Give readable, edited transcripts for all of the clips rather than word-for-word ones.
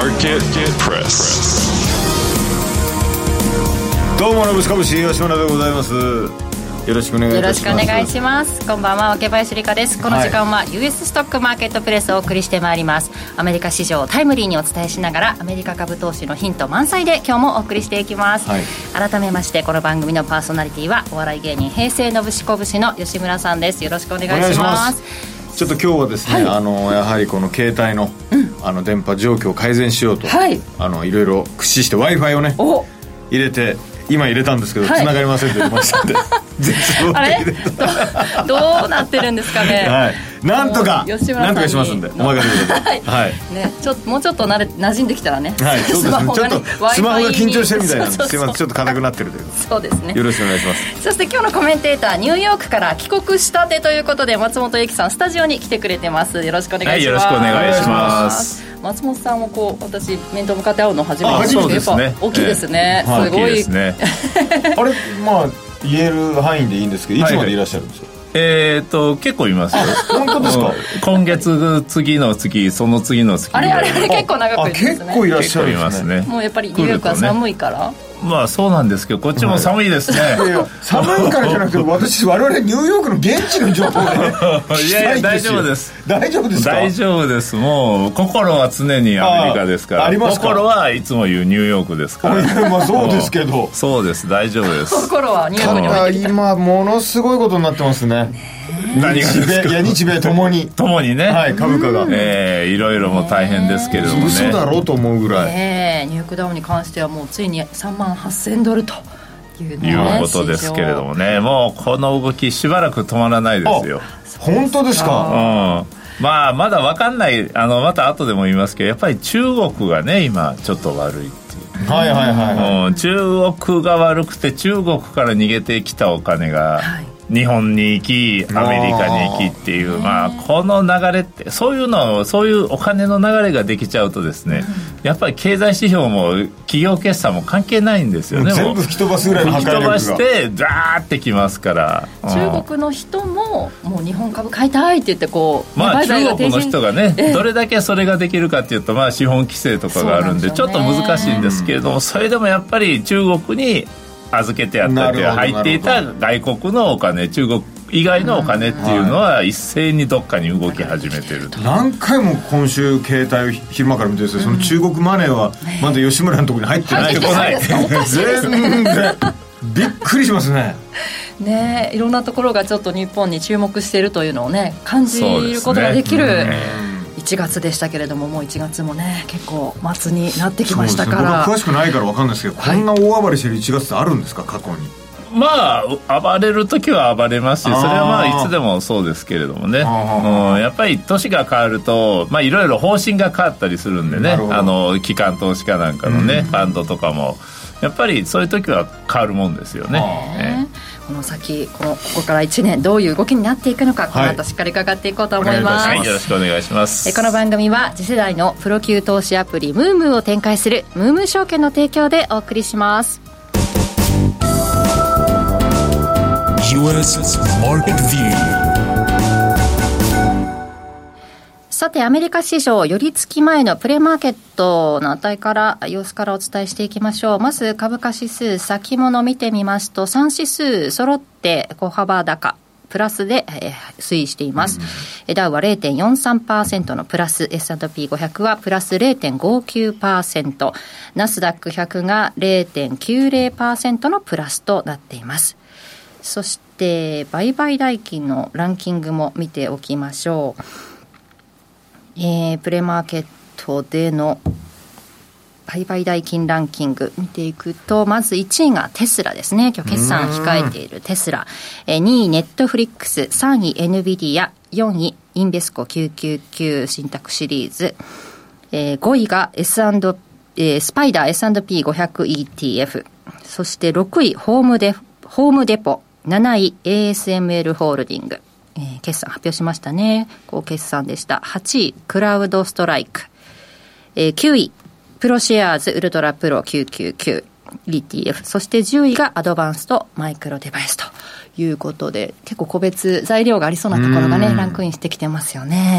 Market Press。 どうものぶしかぶし吉村でございます。よろしくお願いいたします。 よろしくお願いします。こんばんは、若林理香です。この時間は US ストックマーケットプレスをお送りしてまいります。アメリカ市場をタイムリーにお伝えしながらアメリカ株投資のヒント満載で今日もお送りしていきます、改めましてこの番組のパーソナリティはお笑い芸人平成のぶしこぶしの吉村さんです。よろしくお願いします。 ちょっと今日はですね、やはりこの携帯の、電波状況を改善しようと、いろいろ駆使して Wi-Fi をね入れて今入れたんですけど、繋がりませんと言いましたんであれ どうなってるんですかね、 なんとかしますんでお任せください、 ね、もうちょっと馴染んできたらね、 スマホが緊張してるみたいなんです。すいません、ちょっと硬くなってるということで。 そうですね、 よろしくお願いします。 そして今日のコメンテーター、ニューヨークから帰国したてということで松本由紀さんスタジオに来てくれてます。よろしくお願いします。 よろしくお願いします。 松本さんも私面と向かって会うの初めてですけど、 ですね、 やっぱ大きいですね、すごいですねあれ、言える範囲でいいんですけど、いつまでいらっしゃるんですか？ 結構いますよ。 本当ですか？ 今月、次の月、その次の月、 あれ結構長くいるんですね。 結構いらっしゃるんですね。 もうやっぱりニューヨークは寒いから、 そうなんですけど、こっちも寒いですね。 寒いからじゃなくて、我々ニューヨークの現地の情報でいや大丈夫です。 大丈夫ですか？大丈夫です。 もう心は常にアメリカですから。心はいつも言うニューヨークですから。 そうですけど。 そうです、大丈夫です。 心はニューヨークに置いてきた。 今ものすごいことになってますね。 何がですか？ 日米ともにね、株価がいろいろも大変ですけれどもね。 嘘だろうと思うぐらい、 ニューヨークダウに関してはもうついに$38,000ということですけれどもね、もうこの動きしばらく止まらないですよ。 本当ですか？ まだ分かんない。また後でも言いますけど、やっぱり中国がね今ちょっと悪いっていう、中国が悪くて中国から逃げてきたお金が、日本に行きアメリカに行きっていう、この流れってそういうお金の流れができちゃうとですね、やっぱり経済指標も企業決算も関係ないんですよね。 全部吹き飛ばすぐらいの破壊力が吹き飛ばしてザーってきますから、 中国の人ももう日本株買いたいって言って中国の人がね、どれだけそれができるかっていうと、資本規制とかがあるんでちょっと難しいんですけれども、それでもやっぱり中国に預けてやったり入っていた外国のお金、中国以外のお金っていうのは一斉にどっかに動き始めてる。 何回も今週携帯を昼間から見てるんですけど、その中国マネーはまだ吉村のところに入ってない。全然びっくりしますね。 いろんなところがちょっと日本に注目しているというのをね感じることができる1月でしたけれども、もう1月もね結構末になってきましたから。 僕は詳しくないから分かんないですけど、こんな大暴れしてる1月ってあるんですか、過去に？ 暴れる時は暴れますし、それはいつでもそうですけれどもね、やっぱり年が変わるといろいろ方針が変わったりするんでね、機関投資家なんかのね、ファンドとかもやっぱりそういう時は変わるもんですよね。 この先ここから1年どういう動きになっていくのか、この後しっかり伺っていこうと思います。 よろしくお願いします。 この番組は次世代のプロ級投資アプリムームーを展開するムームー証券の提供でお送りします。 US Market View。 さてアメリカ市場寄り付き前のプレマーケットの値から様子からお伝えしていきましょう。まず株価指数先物見てみますと、3指数揃って小幅高プラスで、推移しています。ダウは 0.43% のプラス、 S&P500 はプラス 0.59%、 ナスダック100が 0.90% のプラスとなっています。そして売買代金のランキングも見ておきましょう。プレマーケットでの売買代金ランキング見ていくと、まず1位がテスラですね。今日決算控えているテスラ、2位ネットフリックス、3位 NVIDIA、4位インベスコ999信託シリーズ、5位がスパイダー S&P500 ETF、 そして6位ホームデポ、7位 ASML ホールディング、決算発表しましたね。高決算でした。8位クラウドストライク、9位プロシェアーズウルトラプロ999 ETF、 そして10位がアドバンストマイクロデバイスということで、結構個別材料がありそうなところがねランクインしてきてますよね。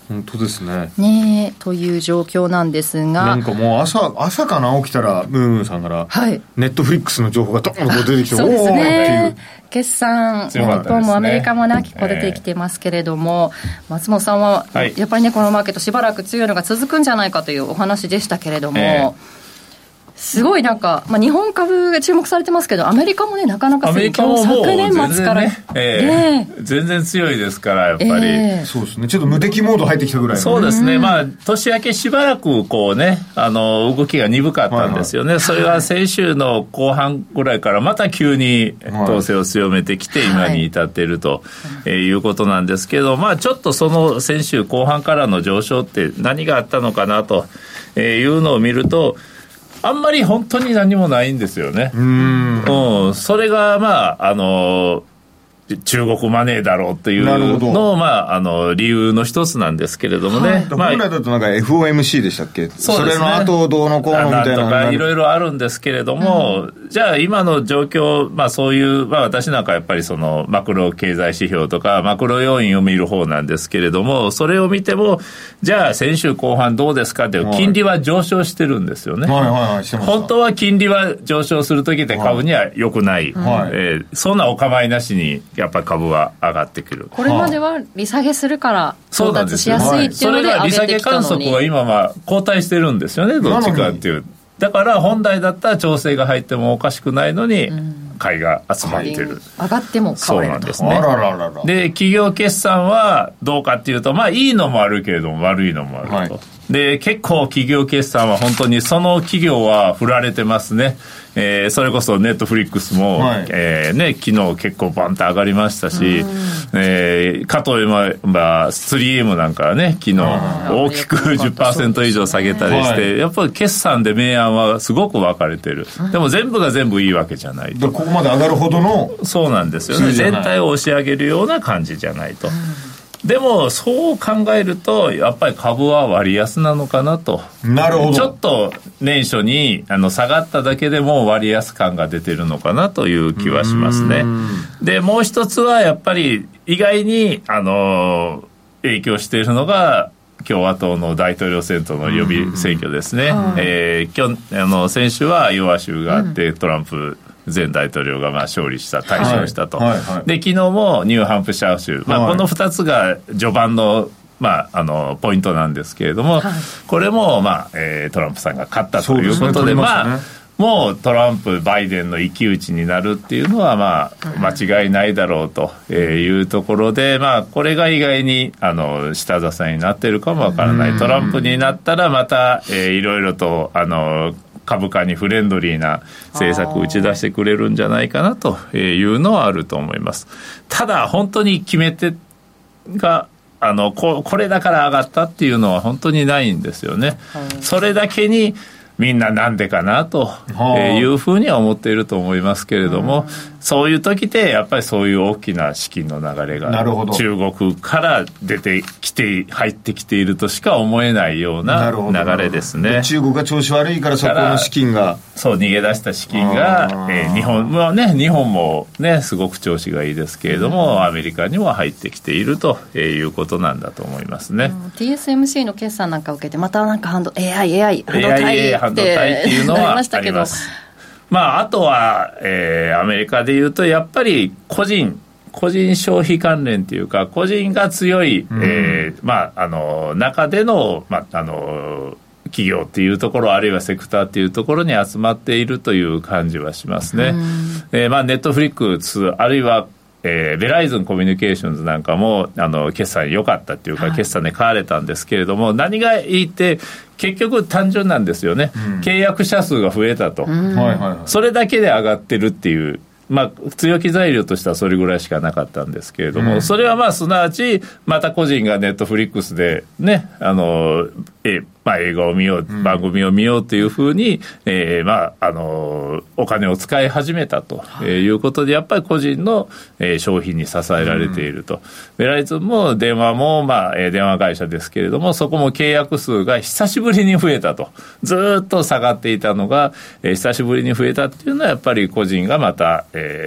本当ですね。 ねという状況なんですが、 なんかもう朝かな、起きたらムームーさんから、はい、ネットフリックスの情報がドーンと出てきて、 そうですね、 っていう決算、日本もアメリカも結構出てきてますけれども、松本さんは、やっぱりね、このマーケットしばらく強いのが続くんじゃないかというお話でしたけれども、すごいなんか、日本株が注目されてますけど、アメリカもね、なかなか昨年末から、 全然強いですから、やっぱり、 そうですね、ちょっと無敵モード入ってきたぐらいの。 そうですね、年明けしばらくこうね、動きが鈍かったんですよね、それが先週の後半ぐらいからまた急に統制を強めてきて、今に至っているということなんですけど、ちょっとその先週後半からの上昇って何があったのかなというのを見ると、あんまり本当に何もないんですよね。それが中国マネーだろうっていうの理由の一つなんですけれどもね。 本来だとなんか FOMC でしたっけ？それの後どうのこうのみたいな。 なんとかいろいろあるんですけれども、じゃあ今の状況、そういう、私なんかやっぱりそのマクロ経済指標とかマクロ要因を見る方なんですけれども、それを見ても、じゃあ先週後半どうですかっていう、金利は上昇してるんですよね。本当は金利は上昇するときって株には良くない。そんなお構いなしにやっぱり株は上がってくる。 これまでは利下げするから到達しやすいっていうので上げてきたのに、それが利下げ観測は今後退してるんですよね、どっちかっていう。だから本来だったら調整が入ってもおかしくないのに、買いが集まってる。 上がっても買えると。そうなんですね。で、企業決算はどうかっていうと、いいのもあるけれども悪いのもあると。で、結構企業決算は本当にその企業は振られてますね。それこそネットフリックスも、昨日結構バンと上がりましたし、かといえば 3M なんかはね、昨日大きく 10% 以上下げたりして、やっぱり決算で明暗はすごく分かれてる。でも全部が全部いいわけじゃないと。 ここまで上がるほどの。 そうなんですよね。全体を押し上げるような感じじゃないと。でもそう考えるとやっぱり株は割安なのかなと。 なるほど。 ちょっと年初に下がっただけでも割安感が出てるのかなという気はしますね。でもう一つはやっぱり意外に影響しているのが共和党の大統領選挙の予備選挙ですね。先週はイオワ州があって、トランプ前大統領が勝利した、大勝したと。で、昨日もニューハンプシャー州、この2つが序盤の、ポイントなんですけれども、これも、トランプさんが勝ったということで、もうトランプ、バイデンの一騎打ちになるっていうのは、間違いないだろうというところで、これが意外に下支えになっているかもわからない。トランプになったらまた、いろいろと株価にフレンドリーな政策を打ち出してくれるんじゃないかなというのはあると思います。ただ本当に決め手がこれだから上がったっていうのは本当にないんですよね。それだけにみんななんでかなというふうには思っていると思いますけれども、そういう時ってやっぱりそういう大きな資金の流れが中国から出てきて入ってきているとしか思えないような流れですね。 中国が調子悪いからそこの資金が逃げ出した資金が日本もねすごく調子がいいですけれども、アメリカにも入ってきているということなんだと思いますね。 TSMC の決算なんか受けてまたなんかAI 半導体っていうのはあります。 あとは、アメリカでいうとやっぱり個人消費関連というか個人が強い、中での、企業っていうところあるいはセクターっていうところに集まっているという感じはしますね。ネットフリックスあるいはベライゾンコミュニケーションズなんかも決算良かったっていうか、決算で買われたんですけれども、何がいいって結局単純なんですよね、契約者数が増えたと、それだけで上がってるっていう、強気材料としてはそれぐらいしかなかったんですけれども、それはすなわちまた個人がネットフリックスでね映画を見よう、番組を見ようというふうに、お金を使い始めたということで、やっぱり個人の、消費に支えられていると。ベライゾンも電話も、電話会社ですけれども、そこも契約数が久しぶりに増えたと。ずっと下がっていたのが、久しぶりに増えたっていうのはやっぱり個人がまた、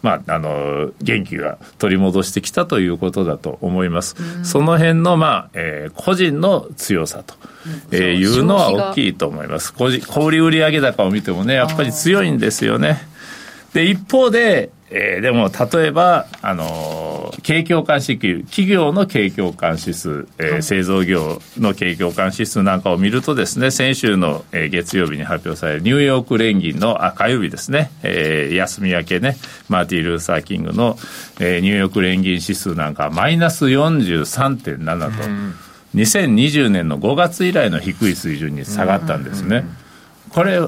元気が取り戻してきたということだと思います。その辺の、個人の強さと、いうのは大きいと思います。小売売上高を見てもね、やっぱり強いんですよね。で一方で、でも例えば景況感指数、企業の景況感指数、製造業の景況感指数なんかを見るとですね、先週の、月曜日に発表されるニューヨーク連銀の火曜日ですね、休み明けね、マーティン・ルーサー・キングの、ニューヨーク連銀指数なんかマイナス 43.7 と、2020年の5月以来の低い水準に下がったんですね。これ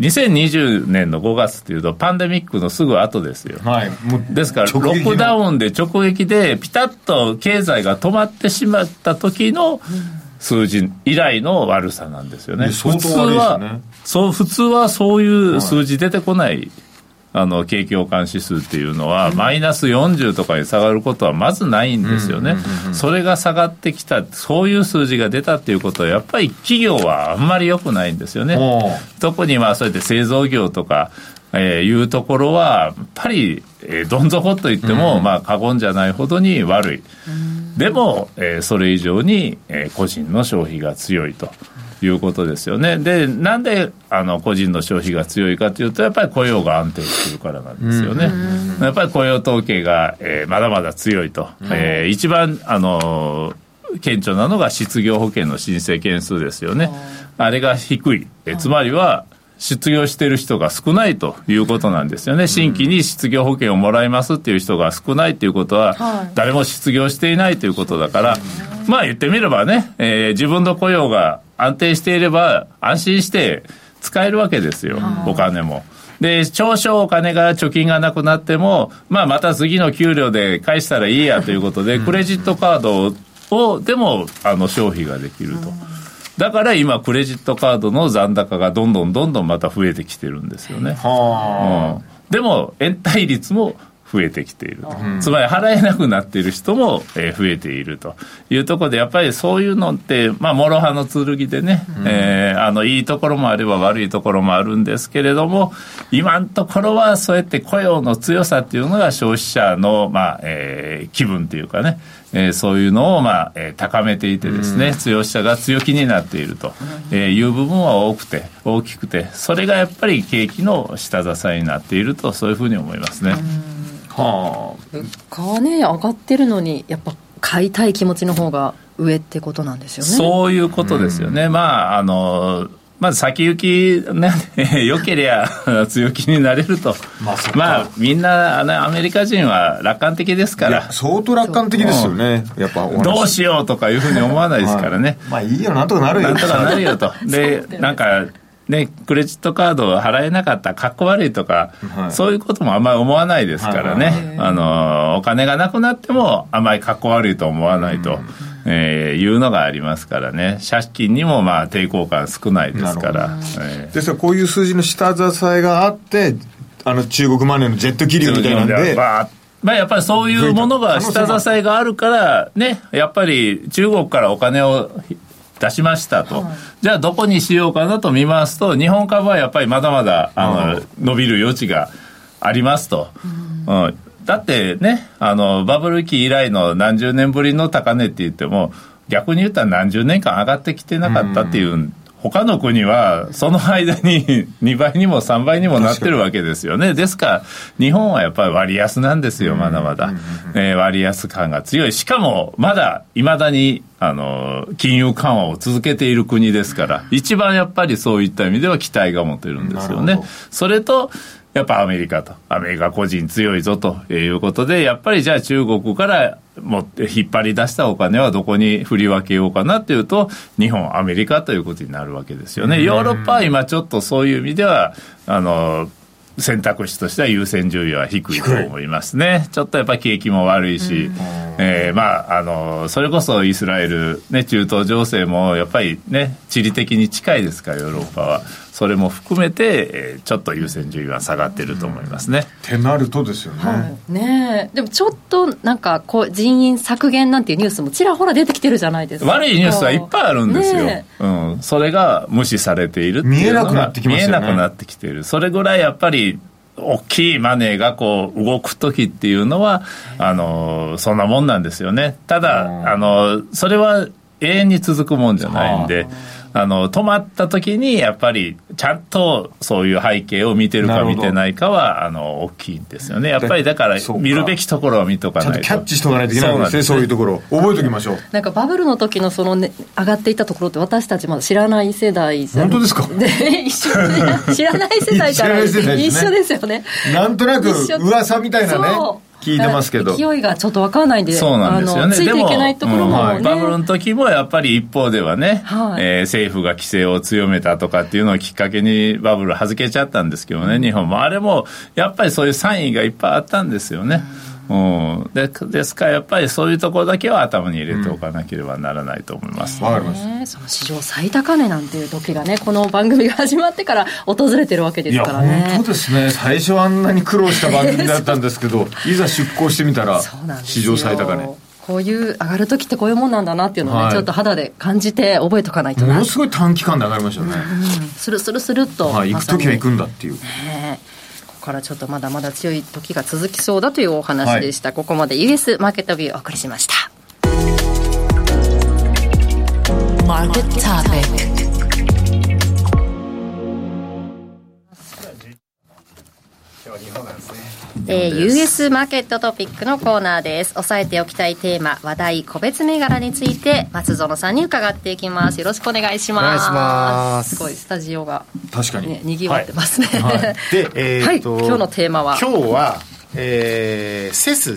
2020年の5月というとパンデミックのすぐ後ですよ、ですからロックダウンで直撃でピタッと経済が止まってしまった時の数字以来の悪さなんですよね。普通はそういう数字出てこない、景況感指数っていうのは、マイナス40とかに下がることはまずないんですよね、それが下がってきた、そういう数字が出たっていうことはやっぱり企業はあんまり良くないんですよね。特にそうやって製造業とか、いうところはやっぱり、どん底といっても、過言じゃないほどに悪い、でも、それ以上に、個人の消費が強いということですよね。でなんで個人の消費が強いかというと、やっぱり雇用が安定しているからなんですよね、やっぱり雇用統計が、まだまだ強いと、一番顕著なのが失業保険の申請件数ですよね。あれが低い、つまりは失業している人が少ないということなんですよね。新規に失業保険をもらいますっていう人が少ないということは、誰も失業していないということだから、言ってみればね、自分の雇用が安定していれば安心して使えるわけですよ、お金も。で少々お金が貯金がなくなっても、また次の給料で返したらいいやということで、クレジットカードをでも消費ができると。だから今クレジットカードの残高がどんどんまた増えてきてるんですよね。でも延滞率も増えてきていると、つまり払えなくなっている人も、増えているというところで、やっぱりそういうのって諸刃の剣でね、いいところもあれば悪いところもあるんですけれども、今のところはそうやって雇用の強さっていうのが消費者の、気分というかね、そういうのを高めていてですね、消費者が強気になっているという部分は大きくて、それがやっぱり景気の下支えになっていると、そういうふうに思いますね。 物価はね上がってるのに、やっぱ買いたい気持ちの方が上ってことなんですよね。そういうことですよね。まず先行きね、良ければ強気になれると、みんなアメリカ人は楽観的ですから。 相当楽観的ですよね、やっぱどうしようとかいうふうに思わないですからね。 いいよ、なんとかなるよ、 なんとかなるよと。でなんかね、クレジットカードを払えなかったかっこ悪いとか、そういうこともあんまり思わないですからね、お金がなくなってもあんまりかっこ悪いと思わないと、いうのがありますからね。借金にも抵抗感少ないですから、 ですからこういう数字の下支えがあって、中国マネーのジェット気流みたいなんで、 やっぱりそういうものが下支えがあるからね、やっぱり中国からお金を出しましたと、じゃあどこにしようかなと見ますと、日本株はやっぱりまだまだ伸びる余地がありますと、だってね、バブル期以来の何十年ぶりの高値って言っても、逆に言ったら何十年間上がってきてなかったっていう、他の国はその間に2倍にも3倍にもなってるわけですよね。ですから日本はやっぱり割安なんですよ、まだまだ、割安感が強い。しかもまだ未だに金融緩和を続けている国ですから、一番やっぱりそういった意味では期待が持てるんですよね。それとやっぱアメリカ個人強いぞということで、やっぱりじゃあ中国から持って引っ張り出したお金はどこに振り分けようかなっていうと、日本アメリカということになるわけですよね。ヨーロッパは今ちょっとそういう意味では選択肢としては優先順位は低いと思いますね。ちょっとやっぱり景気も悪いし、それこそイスラエル、中東情勢もやっぱりね、地理的に近いですから、ヨーロッパはそれも含めて、ちょっと優先順位は下がっていると思いますね。 ってなるとですよね。でもちょっとなんか人員削減なんていうニュースもちらほら出てきてるじゃないですか。 悪いニュースはいっぱいあるんですよ、それが無視されているっていうのが見えなくなってきている。それぐらいやっぱり大きいマネーがこう動く時っていうのはそんなもんなんですよね。ただそれは永遠に続くもんじゃないんで、止まった時にやっぱりちゃんとそういう背景を見てるか見てないかは大きいんですよね。やっぱりだから見るべきところは見とかないと、 ちゃんとキャッチしとかないといけないんですね。そういうところ覚えておきましょう。 なんかバブルの時のその、ね、上がっていったところって私たちまだ知らない世代じゃん。 本当ですか？ で一緒知らない世代から一緒ですよね。 なんとなく噂みたいなね聞いてますけど、 勢いがちょっと分からないんで、 そうなんですよね。 ついていけないところもね、 バブルの時もやっぱり一方ではね、政府が規制を強めたとかっていうのをきっかけにバブルはじけちゃったんですけどね、日本もあれもやっぱりそういうサインがいっぱいあったんですよね。ですからやっぱりそういうところだけは頭に入れておかなければならないと思います。 わかりました。 その史上最高値なんていう時がね、この番組が始まってから訪れてるわけですからね。 いや本当ですね。最初あんなに苦労した番組だったんですけどいざ出航してみたら史上最高値。 こういう上がる時ってこういうもんなんだなっていうのをね、ちょっと肌で感じて覚えとかないとな。 ものすごい短期間で上がりましたよね。 スルスルスルっと、 行く時は行くんだっていう、 ここからちょっとまだまだ強い時が続きそうだというお話でした、ここまで US マーケットビューをお送りしました。マーケットトピック。US マーケットトピックのコーナーです。押さえておきたいテーマ、話題、個別銘柄について松園さんに伺っていきます。よろしくお願いします。お願いします。すごいスタジオが確かに、 ね、にぎわってますね、 で、 今日のテーマは今日はセス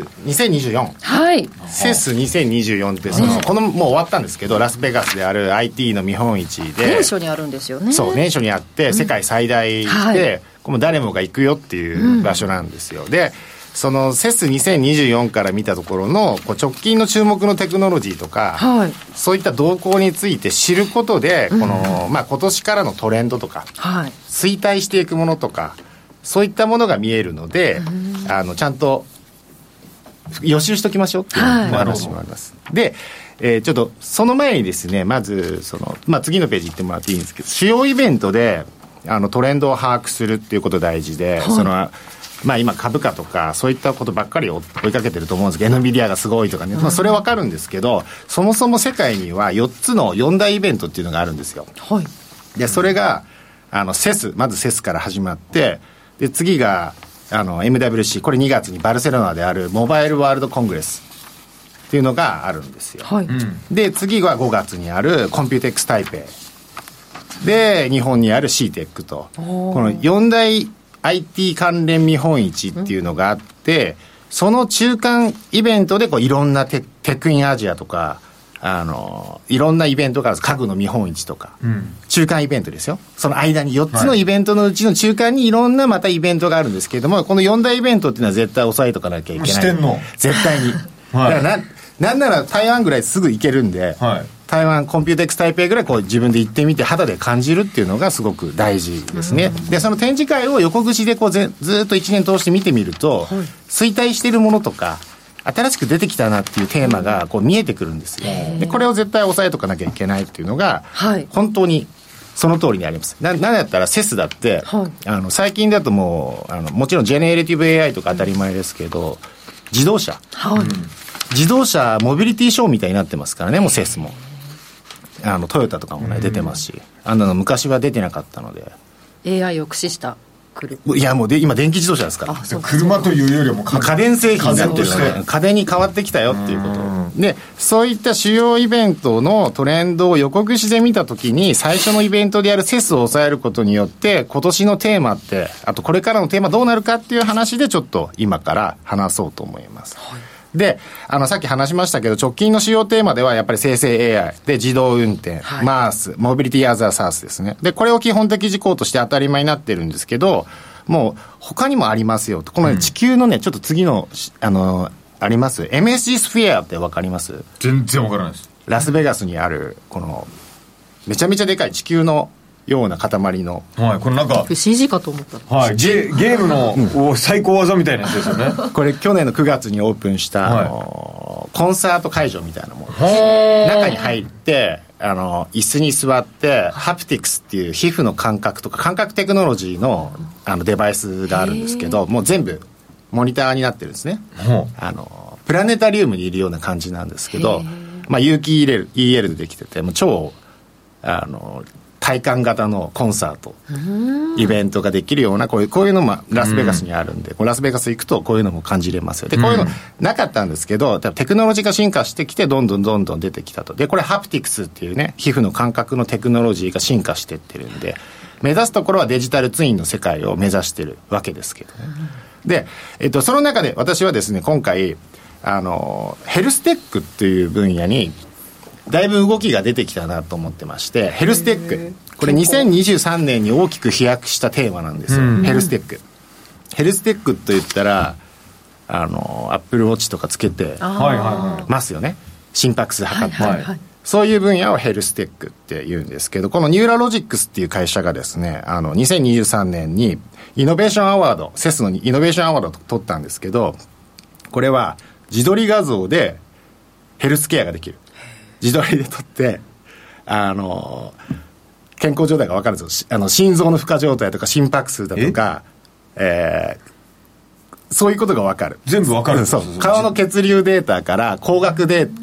2024、セス2024ってこのもう終わったんですけど、ラスベガスである IT の見本市で年初にあるんですよね。 そう、年初にあって世界最大で、もう誰もが行くよっていう場所なんですよ。でそのセス2024から見たところの直近の注目のテクノロジーとか、そういった動向について知ることで、今年からのトレンドとか、衰退していくものとか、そういったものが見えるので、ちゃんと予習しときましょうっていうお話もあります。で、ちょっとその前にですね、まず次のページ行ってもらっていいんですけど、主要イベントでトレンドを把握するっていうこと大事で、今株価とかそういったことばっかり追いかけてると思うんですけど、NVIDIA がすごいとかね、それわかるんですけど、そもそも世界には4つの4大イベントっていうのがあるんですよ。でそれがセス、まずセスから始まって、で次がMWC、 これ2月にバルセロナであるモバイルワールドコングレスっていうのがあるんですよ、で次は5月にあるコンピューテックス台北で、日本にある CTEC と、この4大 IT 関連見本市っていうのがあって、その中間イベントでいろんなテックインアジアとかいろんなイベントがあるんです。家具の見本市とか、中間イベントですよ。その間に4つのイベントのうちの中間にいろんなまたイベントがあるんですけれども、この4大イベントっていうのは絶対押さえとかなきゃいけない。 してんの絶対に、だからなんなら台湾ぐらいすぐ行けるんで、台湾コンピューテックス台北ぐらい自分で行ってみて肌で感じるっていうのがすごく大事ですね。でその展示会を横串でずっと1年通して見てみると、衰退しているものとか新しく出てきたなっていうテーマが見えてくるんですよ。でこれを絶対押さえとかなきゃいけないっていうのが、本当にその通りにあります。なんだったらセスだって、最近だともちろんジェネレティブ AI とか当たり前ですけど、自動車モビリティショーみたいになってますからね。もうセスもトヨタとかもね出てますし、昔は出てなかったので AI を駆使したいやもう今電気自動車ですから、 車というよりも家電製品になってるので、家電に変わってきたよっていうことで、そういった主要イベントのトレンドを横串で見たときに、最初のイベントであるセスを抑えることによって、今年のテーマって、あとこれからのテーマどうなるかっていう話でちょっと今から話そうと思います。でさっき話しましたけど、直近の主要テーマではやっぱり生成 AI で自動運転、マース、モビリティアザーサースですね。でこれを基本的事項として当たり前になってるんですけど、もう他にもありますよと。この、地球のね、ちょっと次のあります MSG スフィアって分かります？ 全然分からないです。 ラスベガスにあるこのめちゃめちゃでかい地球のような塊の、 これなんか CG かと思った、 ゲームの、最高技みたいなやつですよね。 これ去年の9月にオープンした、コンサート会場みたいなもの、中に入って椅子に座ってハプティクスっていう皮膚の感覚とか感覚テクノロジーのデバイスがあるんですけど、もう全部モニターになってるんですね。プラネタリウムにいるような感じなんですけど、有機 EL でできてて、もう超体感型のコンサートイベントができるようなこういうのもラスベガスにあるんで、ラスベガス行くとこういうのも感じれますよ。でこういうのなかったんですけど、テクノロジーが進化してきてどんどん出てきたと。でこれハプティクスっていうね、皮膚の感覚のテクノロジーが進化してってるんで、目指すところはデジタルツインの世界を目指してるわけですけどね。で、その中で私はですね、今回ヘルステックっていう分野にだいぶ動きが出てきたなと思ってまして、ヘルステック、これ2023年に大きく飛躍したテーマなんですよ。ヘルステックと言ったらアップルウォッチとかつけてますよね。心拍数測って、そういう分野をヘルステックって言うんですけど、このニューラロジックスっていう会社がですね、2023年にイノベーションアワード、セスのイノベーションアワードを取ったんですけど、これは自撮り画像でヘルスケアができる。自撮りで撮って健康状態が分かるんですよ。心臓の負荷状態とか心拍数だとか、そういうことが分かる。 全部分かる。 そう、顔の血流データから光学イメ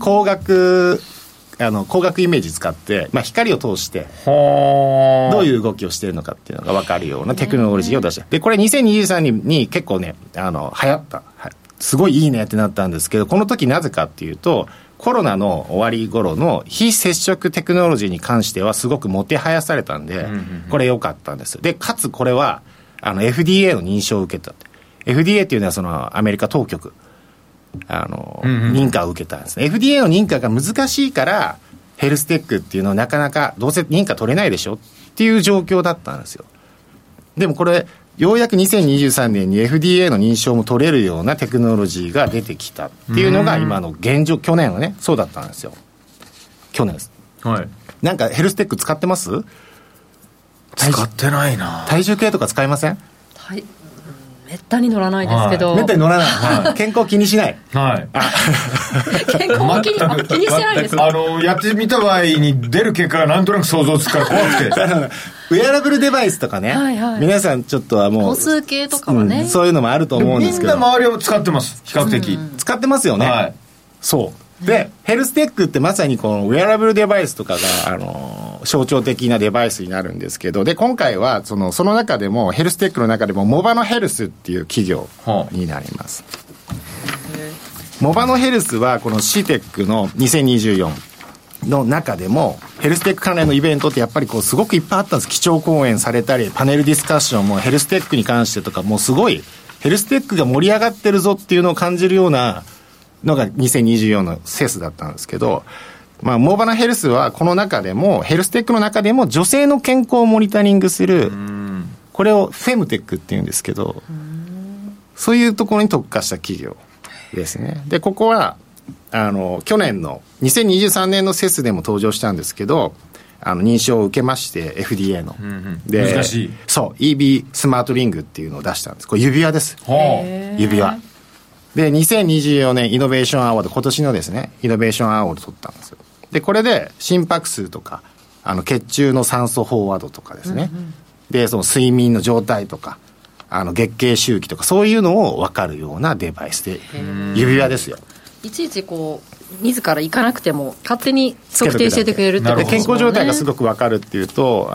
ージ使って、光を通してどういう動きをしているのかっていうのが分かるようなテクノロジーを出して、でこれ2023年に結構ね流行った、すごいいいねってなったんですけど、この時なぜかっていうと、コロナの終わり頃の非接触テクノロジーに関してはすごくもてはやされたんで、これ良かったんです。でかつこれはFDA の認証を受けた。 FDA っていうのはそのアメリカ当局認可を受けたんですね。 FDA の認可が難しいからヘルステックっていうのはなかなかどうせ認可取れないでしょっていう状況だったんですよ。でもこれようやく2023年に FDA の認証も取れるようなテクノロジーが出てきたっていうのが今の現状。去年はねそうだったんですよ。去年です、なんかヘルステック使ってます？ 使ってないな。 体重計とか使いません？ めったに乗らないですけど、 めったに乗らない、健康気にしない、 健康も気にしてないです。 やってみた場合に出る結果がなんとなく想像つくから怖くてウェアラブルデバイスとかね、皆さんちょっとはもう歩数計とかはね、 そういうのもあると思うんですけど、 みんな周りは使ってます。比較的、 使ってますよね、そうで、ヘルステックってまさにこのウェアラブルデバイスとかが象徴的なデバイスになるんですけど、で今回はその中でもヘルステックの中でもモバノヘルスっていう企業になります。モバノヘルスはこの CTEC の2024の中でもヘルステック関連のイベントってやっぱりこうすごくいっぱいあったんです。基調講演されたりパネルディスカッションもヘルステックに関してとか、もうすごいヘルステックが盛り上がってるぞっていうのを感じるようなのが2024のセスだったんですけど、モバナヘルスはこの中でもヘルステックの中でも女性の健康をモニタリングする、これをフェムテックっていうんですけど、そういうところに特化した企業ですね。でここは去年の2023年のセスでも登場したんですけど、認証を受けまして FDA の、で難しい。 そう EB スマートリングっていうのを出したんです。これ指輪です。指輪で2024年イノベーションアワード、今年のですねイノベーションアワード取ったんですよ。でこれで心拍数とか血中の酸素飽和度とかですね、でその睡眠の状態とか月経周期とかそういうのを分かるようなデバイスで指輪ですよ。 いちいちこう自ら行かなくても勝手に測定しててくれるってことですもんね。 健康状態がすごく分かるっていうと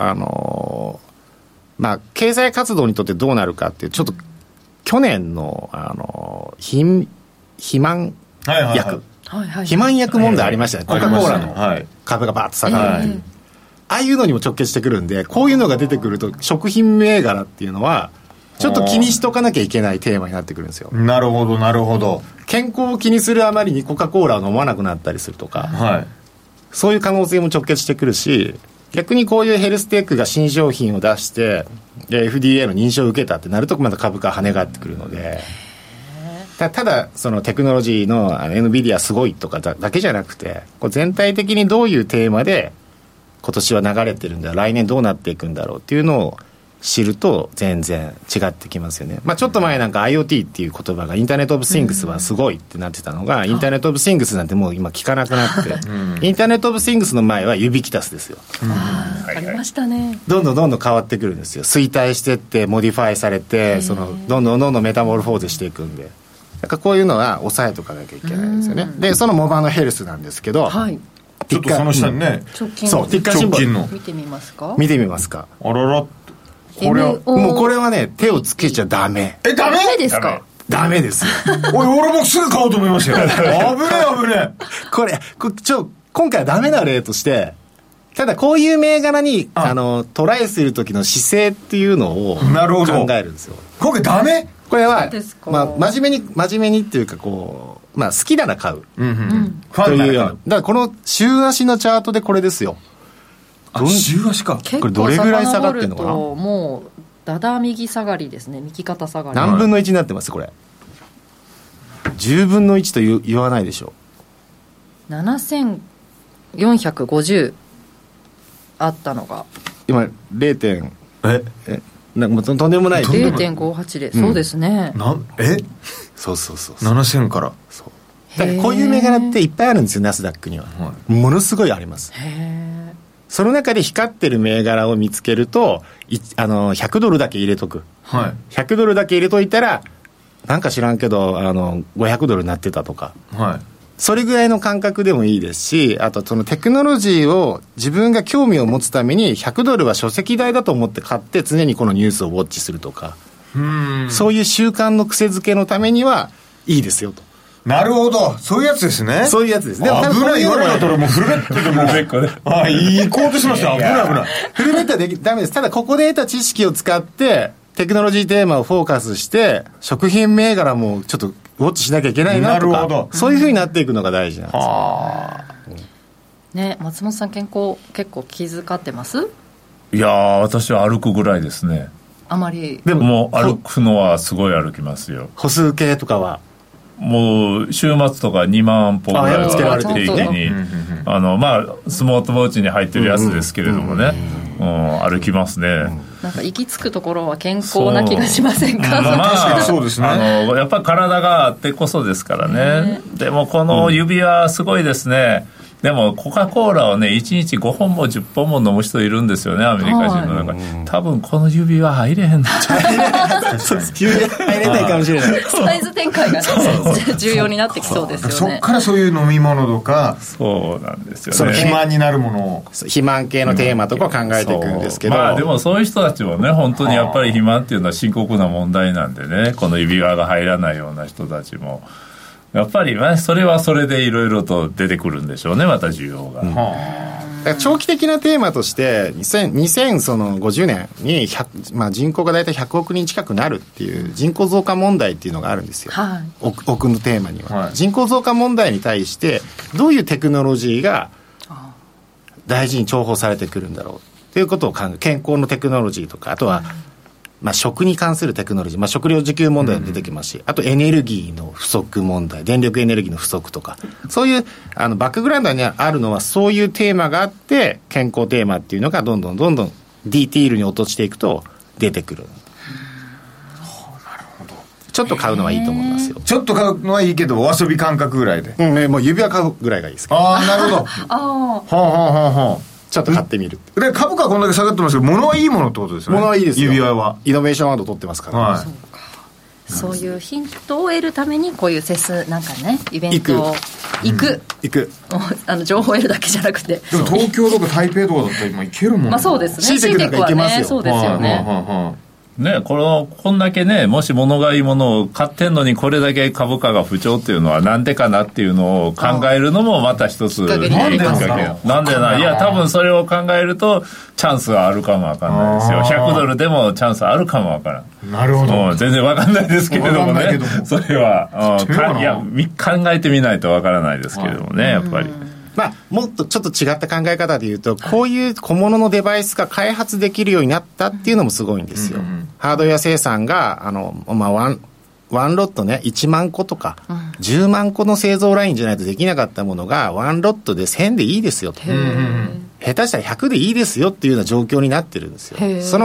経済活動にとってどうなるかっていう、ちょっと去年の肥満薬、肥満薬問題ありましたね、コカ・コーラの株がバーッと下がるっていう、ああいうのにも直結してくるんで、こういうのが出てくると食品銘柄っていうのはちょっと気にしとかなきゃいけないテーマになってくるんですよ。 なるほどなるほど。 健康を気にするあまりにコカ・コーラを飲まなくなったりするとか、そういう可能性も直結してくるし、逆にこういうヘルステックが新商品を出してFDA の認証を受けたってなるとまた株価跳ね上がってくるので、ただそのテクノロジーのNVIDIA すごいとかだけじゃなくて、こう全体的にどういうテーマで今年は流れてるんだ、来年どうなっていくんだろうっていうのを知ると全然違ってきますよね。まあ、ちょっと前なんか IoT っていう言葉がインターネットオブシングスはすごいってなってたのが、インターネットオブシングスなんてもう今聞かなくなって、インターネットオブシングスの前はユビキタスですよ。 ありましたね。 どんどん変わってくるんですよ。衰退してってモディファイされて、そのどんどんメタモルフォーゼしていくんで、だからこういうのは抑えとかなきゃいけないんですよね。でそのモバのヘルスなんですけど、 はい、 ちょっとその下にね、 そうティッカーシンボル見てみますか。 あらら、 これはもうこれはね、手をつけちゃダメ。 ダメですか。 ダメですよ。 おい、俺もすぐ買おうと思いましたよ。危ねえ。 これ今回はダメな例として、ただこういう銘柄にトライする時の姿勢っていうのを考えるんですよ。 今回ダメ？ これはまあ真面目にっていうかこう、まあ好きなら買う、というような。だからこの週足のチャートでこれですよ。 週足か。 これどれぐらい下がってるのかな。 もうだだ右下がりですね。右肩下がり。 何分の1になってますこれ。10分の1と言わないでしょ。 7450あったのが今 0. なんかとんでもない 0.58 で、そうですね。 そう 7000からそうだからこういう銘柄っていっぱいあるんですよ、ナスダックには、ものすごいあります。その中で光ってる銘柄を見つけると100ドルだけ入れとく、100ドルだけ入れといたらなんか知らんけど500ドルになってたとか、それぐらいの感覚でもいいですし、あとそのテクノロジーを自分が興味を持つために100ドルは書籍代だと思って買って常にこのニュースをウォッチするとか、そういう習慣の癖づけのためにはいいですよと。 なるほど、そういうやつですね。 そういうやつです。でも危ない言われなかったらもうフルベッドでも行こうとしました。危ない。 フルベッドはダメです。ただここで得た知識を使ってテクノロジーテーマをフォーカスして食品銘柄もちょっとウォッチしなきゃいけないなとか、そういう風になっていくのが大事なんですよね。松本さん健康結構気遣ってます？ いや私は歩くぐらいですね。 あまり。 でも歩くのはすごい歩きますよ。 歩数計とかはもう週末とか2万歩ぐらいは定期にまあスマートウォッチに入ってるやつですけれどもね、歩きますね。 なんか行き着くところは健康な気がしませんか？ 確かにそうですね。 やっぱり体があってこそですからね。でもこの指輪すごいですね。でもコカ・コーラをね1日5本も10本も飲む人いるんですよね、アメリカ人の中に。多分この指輪入れへんのちゃう。 入れないかもしれない。 サイズ展開が、ね、重要になってきそうですよね。 そっからそういう飲み物とか、 そうなんですよね。 その肥満になるものを、 肥満系のテーマとかを考えていくんですけど、 まあでもそういう人たちもね本当にやっぱり肥満っていうのは深刻な問題なんでね、この指輪が入らないような人たちもやっぱりそれはそれでいろいろと出てくるんでしょうね、また需要が。 長期的なテーマとして2050年に人口が大体100億人近くなるっていう人口増加問題っていうのがあるんですよ、奥のテーマには、人口増加問題に対してどういうテクノロジーが大事に重宝されてくるんだろうっていうことを考え、健康のテクノロジーとか、あとは食に関するテクノロジー、食料自給問題も出てきますし、あとエネルギーの不足問題、電力エネルギーの不足とか、そういうバックグラウンドにあるのはそういうテーマがあって、健康テーマっていうのがどんどんディティールに落としていくと出てくる。なるほど。ちょっと買うのはいいと思いますよ。 ちょっと買うのはいいけどお遊び感覚ぐらいで、 もう指輪買うぐらいがいいですけど。 なるほど。 ちょっと買ってみる。 で株価はこんだけ下がってますけど、物はいいものってことですよね。 物はいいですよ。 指輪はイノベーションワード取ってますから、 そうか。そういうヒントを得るためにこういうセスなんかね、イベントを行く情報を得るだけじゃなくて、 でも東京とか台北とかだったら今行けるもんね。 そうですね。 シーテクなんか行けますよ。 そうですよね。 ね、こんだけね、もし物がいいものを買ってんのにこれだけ株価が不調っていうのはなんでかなっていうのを考えるのもまた一つきっかけ。なんでな、いや多分それを考えるとチャンスはあるかもわかんないですよ。100ドルでもチャンスあるかもわからん。 なるほど。 全然わかんないですけれどもね。それはいや考えてみないとわからないですけれどもね、やっぱり。 もっとちょっと違った考え方で言うと、こういう小物のデバイスが開発できるようになったっていうのもすごいんですよ、ハードウェア生産がワンロットね1万個とか、10万個の製造ラインじゃないとできなかったものがワンロットで1000でいいですよと、下手したら100でいいですよっていうような状況になってるんですよ。その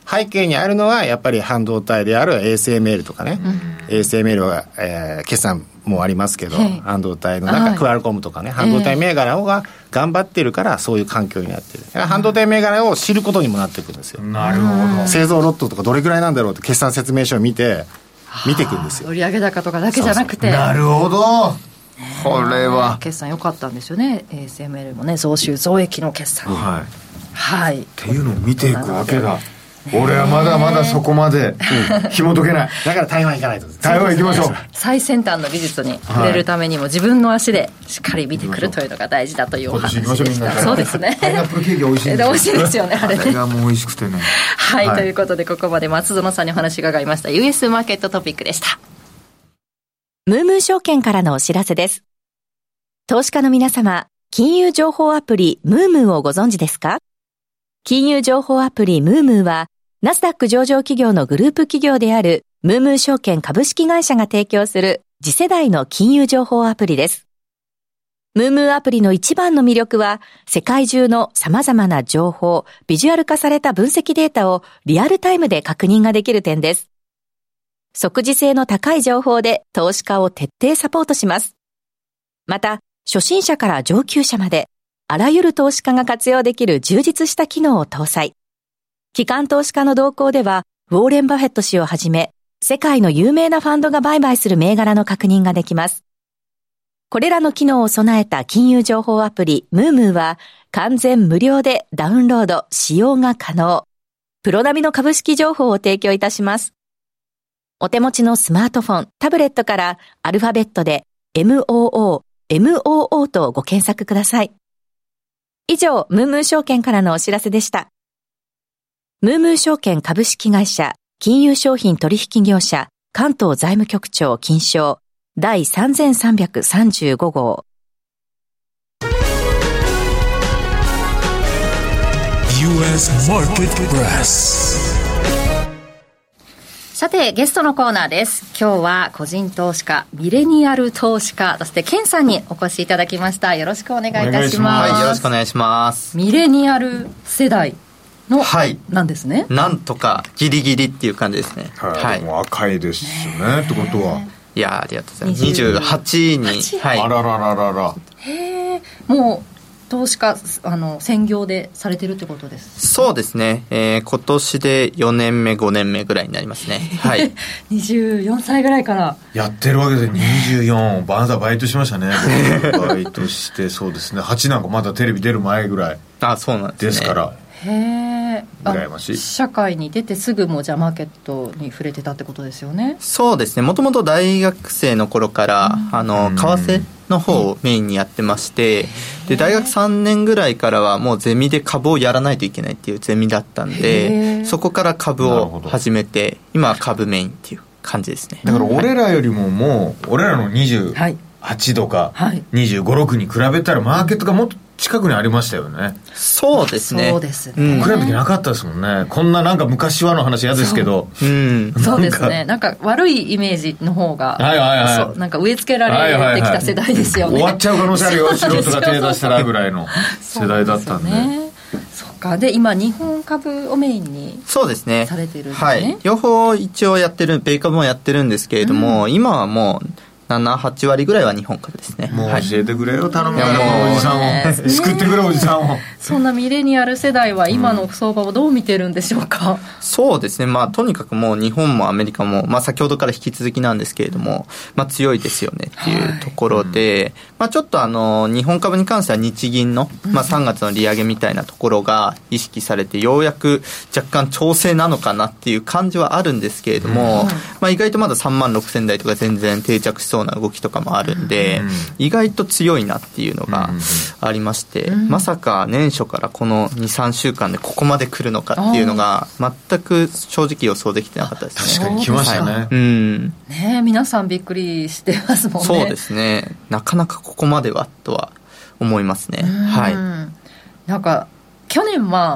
背景にあるのはやっぱり半導体である ASML とかね、ASML は、決算もありますけど、半導体の中、クアルコムとかね、半導体銘柄が頑張ってるからそういう環境になってる。半導体銘柄を知ることにもなってくるんですよ。 なるほど。 製造ロットとかどれくらいなんだろうって決算説明書を見ていくんですよ。 売上高とかだけじゃなくて。 なるほど。これは決算良かったんですよね。 ASML もね、増収増益の決算、はい、 っていうのを見ていくわけだ。俺はまだまだそこまで紐解けない。 だから台湾行かないと。 台湾行きましょう。 最先端の技術に触れるためにも自分の足でしっかり見てくるというのが大事だというお話でした。そうですね。 パイナップルケーキ美味しいんですよ。 美味しいですよね、あれね。 あれがもう美味しくてね。 はい、ということでここまで松園さんにお話伺いました。 US マーケットトピックでした。 ムームー証券からのお知らせです。投資家の皆様、金融情報アプリムームーをご存知ですか？金融情報アプリムームーはナスダック上場企業のグループ企業であるムームー証券株式会社が提供する次世代の金融情報アプリです。ムームーアプリの一番の魅力は世界中の様々な情報、ビジュアル化された分析データをリアルタイムで確認ができる点です。即時性の高い情報で投資家を徹底サポートします。また、初心者から上級者まであらゆる投資家が活用できる充実した機能を搭載。機関投資家の動向では、ウォーレン・バフェット氏をはじめ、世界の有名なファンドが売買する銘柄の確認ができます。これらの機能を備えた金融情報アプリムームーは、完全無料でダウンロード、使用が可能。プロ並みの株式情報を提供いたします。お手持ちのスマートフォン、タブレットからアルファベットで MOO とご検索ください。以上、ムームー証券からのお知らせでした。ムームー証券株式会社、金融商品取引業者、関東財務局長金賞、第3335号。 US Market Press。 さてゲストのコーナーです。今日は個人投資家、ミレニアル投資家、そしてケンさんにお越しいただきました。よろしくお願いいたします。 はい、よろしくお願いします。 ミレニアル世代の、なんですね。 なんとかギリギリっていう感じですね。 はい、もう若いですねってことは。 いや、ありがとうございます。28に、 はい、あららららら。 へえ、もう投資家専業でされてるってことです。 そうですね、今年で4年目5年目ぐらいになりますね。はい。 24歳ぐらいからやってるわけで、24バイトしましたね。バイトしてそうですね、8なんかまだテレビ出る前ぐらい。 あ、そうなんですね。 ですからへえ、 羨ましい。 社会に出てすぐもうじゃあマーケットに触れてたってことですよね。 そうですね、もともと大学生の頃から為替の方をメインにやってまして、で大学3年ぐらいからはもうゼミで株をやらないといけないっていうゼミだったんで、そこから株を始めて、今は株メインっていう感じですね。 だから俺らよりももう、俺らの28とか25、6に比べたらマーケットがもっと近くにありましたよね。 そうですね。 そうですね。 僕らの時なかったですもんね。こんななんか昔はの話嫌ですけど。 そうですね。なんか悪いイメージの方が、そうなんか植え付けられてきた世代ですよね。 終わっちゃう可能性あるよ。素人が手出したらぐらいの世代だったんで。 そっか。で今日本株をメインにそうですね。 されてるんですね。 はい。両方一応やってる、米株もやってるんですけれども、今はもう7、8割ぐらいは日本株ですね。 もう教えてくれよ、頼むよ、おじさんを。救ってくれ、おじさんを。 そんなミレニアル世代は今の相場をどう見てるんでしょうか。 そうですね、まあとにかくもう日本もアメリカも、まあ先ほどから引き続きなんですけれども、まあ強いですよねっていうところで、まあちょっと日本株に関しては日銀の、まあ3月の利上げみたいなところが意識されて、ようやく若干調整なのかなっていう感じはあるんですけれども、まあ意外とまだ3万6000台とか全然定着しそうな動きとかもあるんで、意外と強いなっていうのがありまして、まさか年初からこの 2,3 週間でここまで来るのかっていうのが全く正直予想できてなかったですね。 確かに来ましたね。 ね、皆さんびっくりしてますもんね。 そうですね、なかなかここまではとは思いますね。はい。 なんか去年は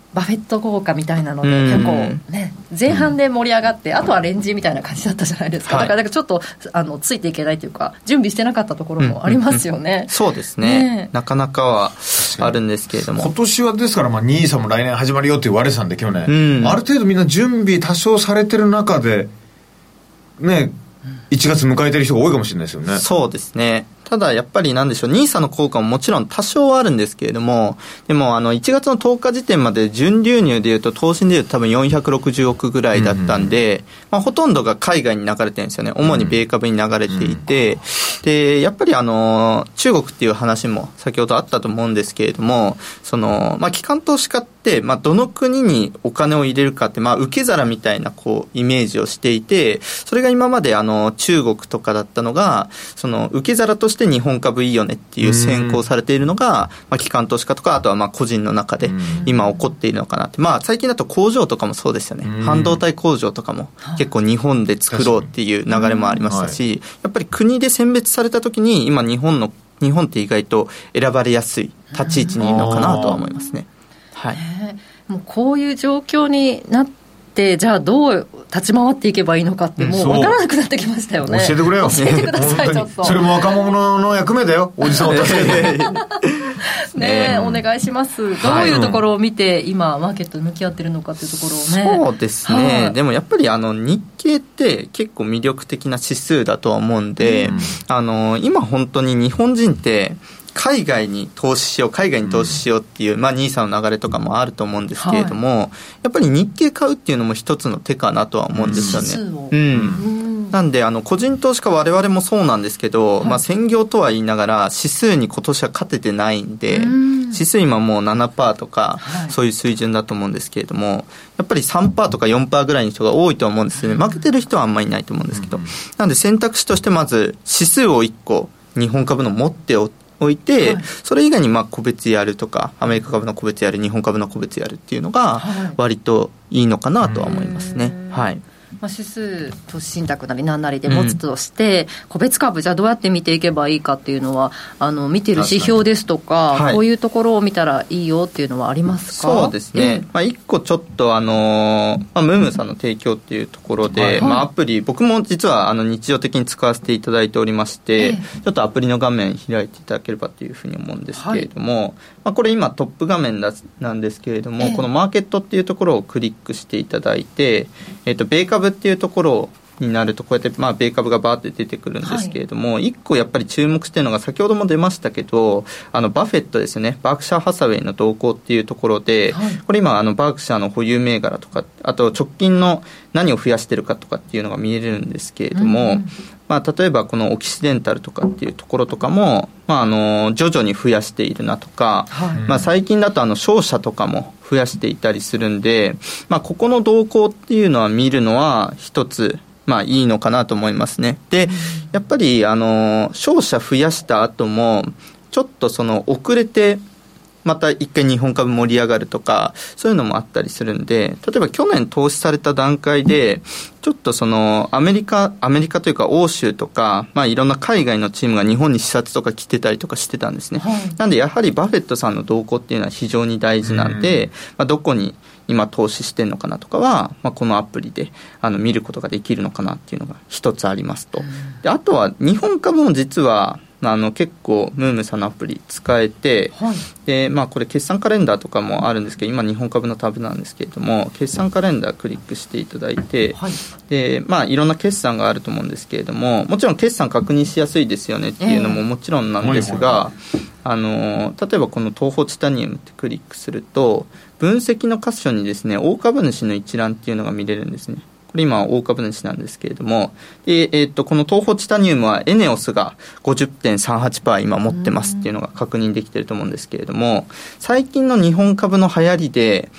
バフェット効果みたいなので結構ね前半で盛り上がって、あとはレンジみたいな感じだったじゃないですか、だからちょっとついていけないというか準備してなかったところもありますよね、 そうですね、なかなかはあるんですけれども、 今年はですからNISAも来年始まるよって言われてたんで去年、ある程度みんな準備多少されてる中でね1月迎えてる人が多いかもしれないですよね。 そうですね。ただやっぱりなんでしょう、NISA の効果ももちろん多少はあるんですけれども、でも1月の10日時点まで純流入でいうと投信でいうと多分460億ぐらいだったんで、ほとんどが海外に流れてるんですよね。主に米株に流れていて、でやっぱり中国っていう話も先ほどあったと思うんですけれども、機関投資家って、どの国にお金を入れるかって、受け皿みたいなイメージをしていて、それが今まで中国とかだったのが受け皿として日本株いいよねっていう先行されているのが、機関投資家とかあとは個人の中で今起こっているのかなって、最近だと工場とかもそうですよね。半導体工場とかも結構日本で作ろうっていう流れもありましたし、やっぱり国で選別された時に今日本って意外と選ばれやすい立ち位置にいるのかなとは思いますね。はい、 もうこういう状況になってじゃあどう立ち回っていけばいいのかってもう分からなくなってきましたよね。 教えてくれよ。 教えてくださいちょっと。 それも若者の役目だよ。おじさんを助けてねえ、お願いします。どういうところを見て今マーケットに向き合ってるのかっていうところをね。 そうですね、でもやっぱり日経って結構魅力的な指数だとは思うんで、今本当に日本人って海外に投資しようっていう、NISA の流れとかもあると思うんですけれども、やっぱり日経買うっていうのも一つの手かなとは思うんですよね。なんで個人投資家我々もそうなんですけど、専業とは言いながら指数に今年は勝ててないんで、指数今もう 7% とかそういう水準だと思うんですけれども、やっぱり 3% とか 4% ぐらいの人が多いと思うんですよね。負けてる人はあんまりいないと思うんですけど、なんで選択肢としてまず指数を1個日本株の持っておいて、それ以外に個別やるとかアメリカ株の個別やる日本株の個別やるっていうのが割といいのかなとは思いますね。はい、 指数投資信託なり何なりで持つとして、個別株じゃあどうやって見ていけばいいかっていうのは見てる指標ですとか、こういうところを見たらいいよっていうのはありますか？ そうですね、一個ちょっとムームさんの提供っていうところで、アプリ僕も実は日常的に使わせていただいておりまして、ちょっとアプリの画面開いていただければというふうに思うんですけれども、これ今トップ画面なんですけれども、このマーケットっていうところをクリックしていただいて、米株っていうところになるとこうやって米株がバーって出てくるんですけれども、一個やっぱり注目しているのが先ほども出ましたけどバフェットですね、バークシャーハサウェイの動向っていうところで、これ今バークシャーの保有銘柄とかあと直近の何を増やしてるかとかっていうのが見えるんですけれども、例えばこのオキシデンタルとかっていうところとかも、徐々に増やしているなとか、最近だと商社とかも増やしていたりするんで、ここの動向っていうのは見るのは一ついいのかなと思いますね。でやっぱり商社増やした後もちょっと遅れてまた一回日本株盛り上がるとかそういうのもあったりするんで、例えば去年投資された段階でちょっとアメリカというか欧州とか、いろんな海外のチームが日本に視察とか来てたりとかしてたんですね。なんでやはりバフェットさんの動向っていうのは非常に大事なんで、どこに今投資してるのかなとかは、このアプリで見ることができるのかなっていうのが一つありますと。であとは日本株も実は結構ムームさんのアプリ使えて、でこれ決算カレンダーとかもあるんですけど、今日本株のタブなんですけれども、決算カレンダークリックしていただいて、でいろんな決算があると思うんですけれども、もちろん決算確認しやすいですよねっていうのももちろんなんですが、例えばこの東方チタニウムってクリックすると分析の箇所にですね大株主の一覧っていうのが見れるんですね。これ今大株主なんですけれども、で、この東方チタニウムはエネオスが 50.38% 今持ってますっていうのが確認できてると思うんですけれども、最近の日本株の流行りで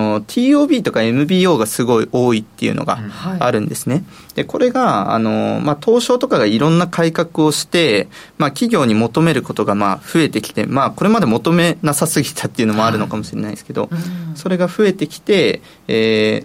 TOB とか MBO がすごい多いっていうのがあるんですね。でこれが東証とかがいろんな改革をして、企業に求めることが増えてきて、これまで求めなさすぎたっていうのもあるのかもしれないですけど、それが増えてきて、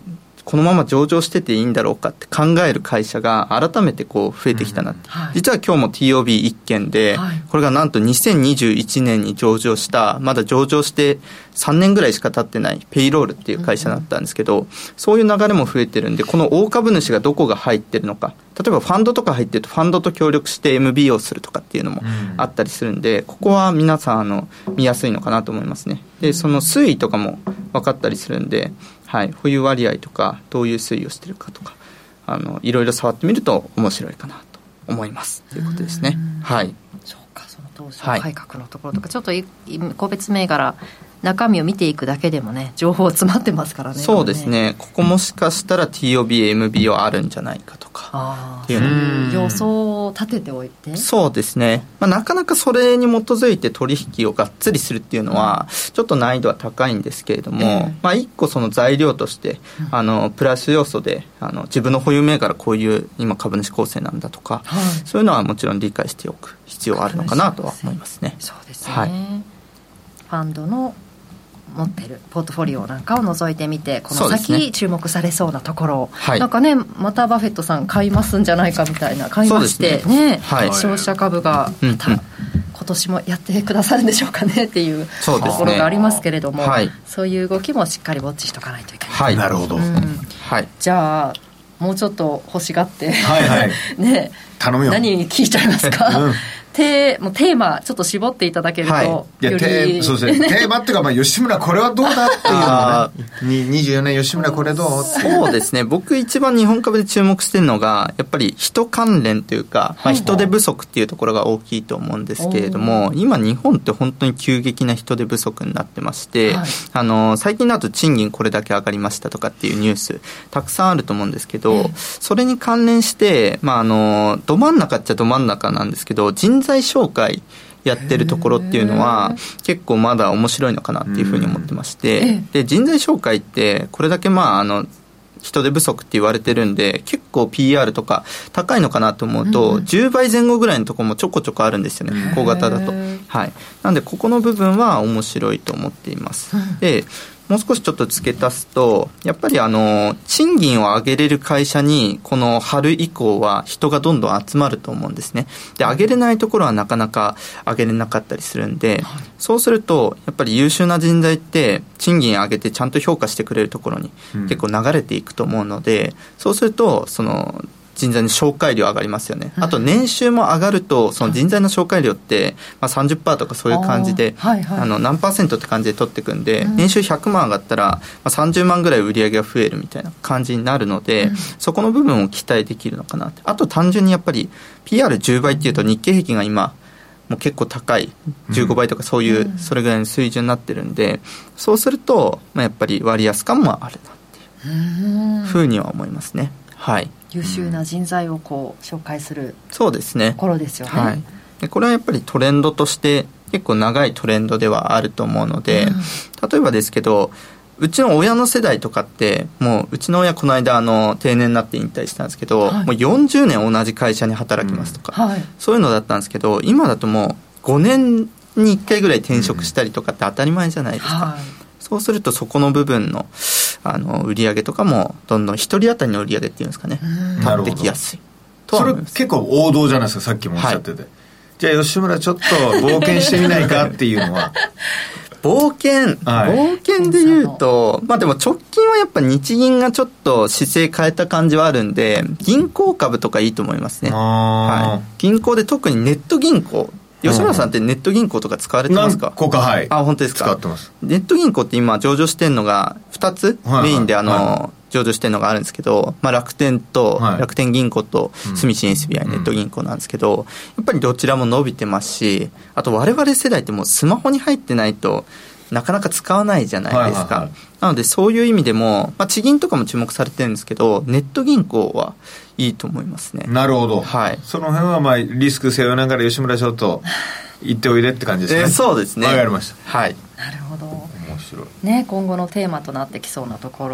このまま上場してていいんだろうかって考える会社が改めてこう増えてきたなって、実は今日も TOB1 件で、これがなんと2021年に上場した、まだ上場して3年ぐらいしか経ってないペイロールっていう会社だったんですけど、そういう流れも増えてるんで、この大株主がどこが入ってるのか、例えばファンドとか入ってるとファンドと協力して MBO するとかっていうのもあったりするんで、ここは皆さん見やすいのかなと思いますね。でその推移とかも分かったりするんで、保有割合とかどういう推移をしてるかとかいろいろ触ってみると面白いかなと思いますということですね。 そうか、その投資改革のところとか、ちょっと個別銘柄中身を見ていくだけでもね、情報詰まってますからね。 そうですね、ここもしかしたら TOB、MBO あるんじゃないかとかっていうの予想を立てておいて、 そうですね、なかなかそれに基づいて取引をがっつりするっていうのはちょっと難易度は高いんですけれども、一個その材料としてプラス要素で自分の保有銘柄こういう今株主構成なんだとか、そういうのはもちろん理解しておく必要あるのかなとは思いますね。 そうですね、ファンドの持っているポートフォリオなんかを覗いてみて、この先注目されそうなところを、なんかね、またバフェットさん買いますんじゃないかみたいな、買いましてね、消費者株がまた今年もやってくださるんでしょうかねっていうところがありますけれども、そういう動きもしっかりウォッチしとかないといけない。 なるほど、 じゃあもうちょっと欲しがってね、 頼むよ、 何聞いちゃいますか？もうテーマちょっと絞っていただけると、 いやそうですね、テーマっていうか、吉村これはどうだっていうのね、24年吉村これどうっていう。 そうですね、僕一番日本株で注目してるのがやっぱり人関連というか、人手不足っていうところが大きいと思うんですけれども、今日本って本当に急激な人手不足になってまして、最近だと賃金これだけ上がりましたとかっていうニュースたくさんあると思うんですけど、それに関連して、ど真ん中っちゃど真ん中なんですけど、人材紹介やってるところっていうのは結構まだ面白いのかなっていうふうに思ってまして、で人材紹介ってこれだけ人手不足って言われてるんで、結構 PR とか高いのかなと思うと、10倍前後ぐらいのところもちょこちょこあるんですよね、小型だと。なんでここの部分は面白いと思っています。でもう少しちょっと付け足すと、やっぱり賃金を上げれる会社にこの春以降は人がどんどん集まると思うんですね。で上げれないところはなかなか上げれなかったりするんで、そうするとやっぱり優秀な人材って賃金上げてちゃんと評価してくれるところに結構流れていくと思うので、そうするとその人材の紹介料上がりますよね。あと年収も上がるとその人材の紹介料って、30% とかそういう感じで、何%って感じで取っていくんで、年収100万上がったら、30万ぐらい売り上げが増えるみたいな感じになるので、そこの部分を期待できるのかなって。あと単純にやっぱり PR10 倍っていうと日経平均が今もう結構高い15倍とかそういうそれぐらいの水準になってるんで、そうすると、やっぱり割安感もあるなっていうふうには思いますね。 優秀な人材を紹介するそうですね、 ところですよね。 でこれはやっぱりトレンドとして結構長いトレンドではあると思うので、例えばですけど、うちの親の世代とかってもううちの親この間定年になって引退したんですけど、もう40年同じ会社に働きますとか、そういうのだったんですけど、今だともう5年に1回ぐらい転職したりとかって当たり前じゃないですか。そうするとそこの部分の売上とかもどんどん一人当たりの売上っていうんですかね、立ってきやすいとは思います。 それ結構王道じゃないですか、さっきもおっしゃってて、じゃあ吉村ちょっと冒険してみないかっていうのは冒険で言うと、でも直近はやっぱ日銀がちょっと姿勢変えた感じはあるんで、銀行株とかいいと思いますね。銀行で特にネット銀行、吉村さんってネット銀行とか使われてますか？ 何個か、 本当ですか？ 使ってます。 ネット銀行って今上場してるのが2つメインで上場してるのがあるんですけど、楽天と、楽天銀行と住信 SBI ネット銀行なんですけど、やっぱりどちらも伸びてますし、あと我々世代ってもうスマホに入ってないとなかなか使わないじゃないですか。なのでそういう意味でも、地銀とかも注目されてるんですけど、ネット銀行はいいと思いますね。 なるほど、その辺はリスク背負いながら吉村ちょっと行っておいでって感じですね。 そうですね、 分かりました。 なるほど、 面白いね、今後のテーマとなってきそうなところ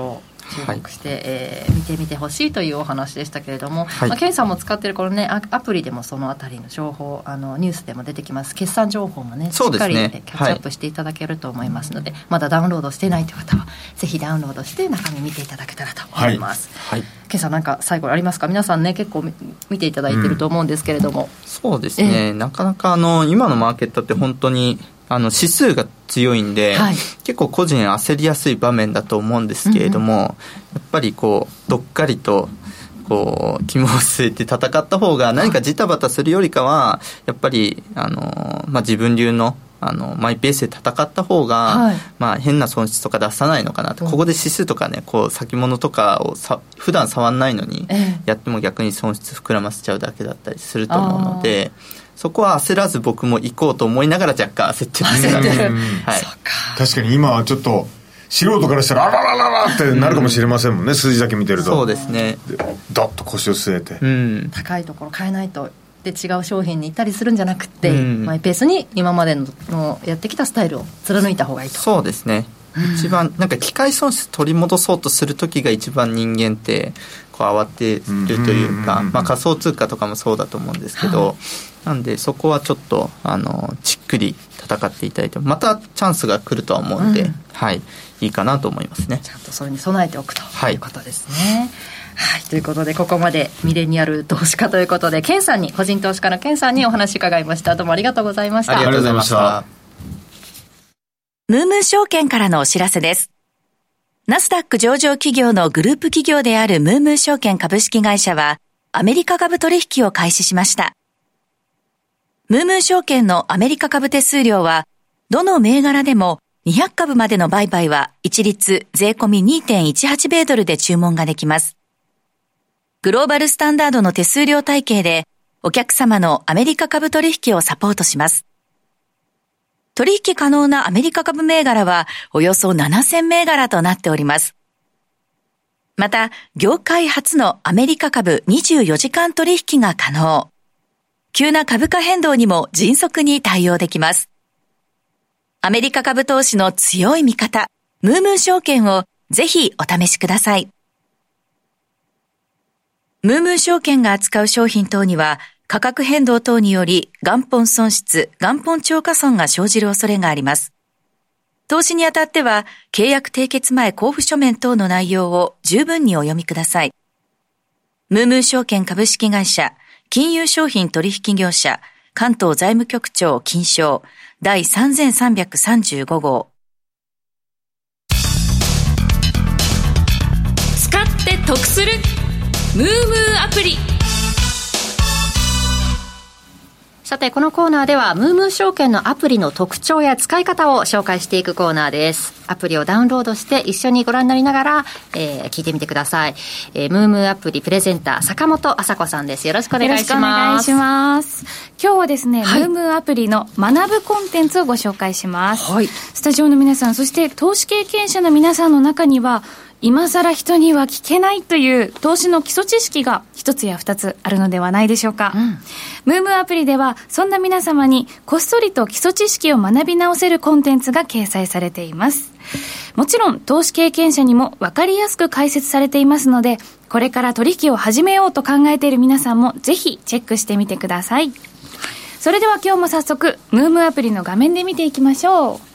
注目して、見てみてほしいというお話でしたけれども、ケンさんも使っているこの、ね、アプリでもそのあたりの情報ニュースでも出てきます。決算情報もねしっかりキャッチアップしていただけると思いますので、まだダウンロードしていないという方はぜひダウンロードして中身見ていただけたらと思います。ケンさんなんか最後ありますか？皆さんね結構見ていただいていると思うんですけれども、 そうですね、なかなか今のマーケットって本当に指数が強いんで、結構個人焦りやすい場面だと思うんですけれども、やっぱりこうどっかりとこう肝を据えて戦った方が何かジタバタするよりかはやっぱり自分流のマイペースで戦った方が、変な損失とか出さないのかなと、ここで指数とかねこう先物とかを普段触んないのにやっても逆に損失膨らませちゃうだけだったりすると思うので、そこは焦らず僕も行こうと思いながら若干焦ってますね。 確かに今はちょっと素人からしたらあららららってなるかもしれませんもんね、数字だけ見てると。 そうですね、 ドッと腰を据えて、 高いところ買えないとで違う商品に行ったりするんじゃなくて、マイペースに今までのやってきたスタイルを貫いた方がいいと。 そうですね、一番なんか機械損失取り戻そうとする時が一番人間ってこう慌てるというか、仮想通貨とかもそうだと思うんですけど、なんでそこはちょっとじっくり戦っていただいて、またチャンスが来るとは思うんで、いいかなと思いますね。 ちゃんとそれに備えておくということですね。ということでここまでミレニアル投資家ということでケンさんに、個人投資家のケンさんにお話伺いました。どうもありがとうございました。 ありがとうございました。 ムームー証券からのお知らせです。ナスダック上場企業のグループ企業であるムームー証券株式会社はアメリカ株取引を開始しました。ムームー証券のアメリカ株手数料はどの銘柄でも200株までの売買は一律税込み 2.18 米ドルで注文ができます。グローバルスタンダードの手数料体系でお客様のアメリカ株取引をサポートします。取引可能なアメリカ株銘柄はおよそ7000銘柄となっております。また、業界初のアメリカ株24時間取引が可能。急な株価変動にも迅速に対応できます。アメリカ株投資の強い味方、ムームー証券をぜひお試しください。ムームー証券が扱う商品等には価格変動等により元本損失、元本超過損が生じる恐れがあります。投資にあたっては契約締結前交付書面等の内容を十分にお読みください。ムームー証券株式会社金融商品取引業者関東財務局長金商第3335号。 使って得するムームーアプリ。 さてこのコーナーではムームー証券のアプリの特徴や使い方を紹介していくコーナーです。アプリをダウンロードして一緒にご覧になりながら、聞いてみてください。ムームーアプリプレゼンター坂本麻子さんです。よろしくお願いします。 よろしくお願いします。今日はですね、ムームーアプリの学ぶコンテンツをご紹介します。スタジオの皆さん、そして投資経験者の皆さんの中には今更人には聞けないという投資の基礎知識が一つや二つあるのではないでしょうか。ムームーアプリではそんな皆様にこっそりと基礎知識を学び直せるコンテンツが掲載されています。もちろん投資経験者にも分かりやすく解説されていますので、これから取引を始めようと考えている皆さんもぜひチェックしてみてください。それでは今日も早速ムームーアプリの画面で見ていきましょう。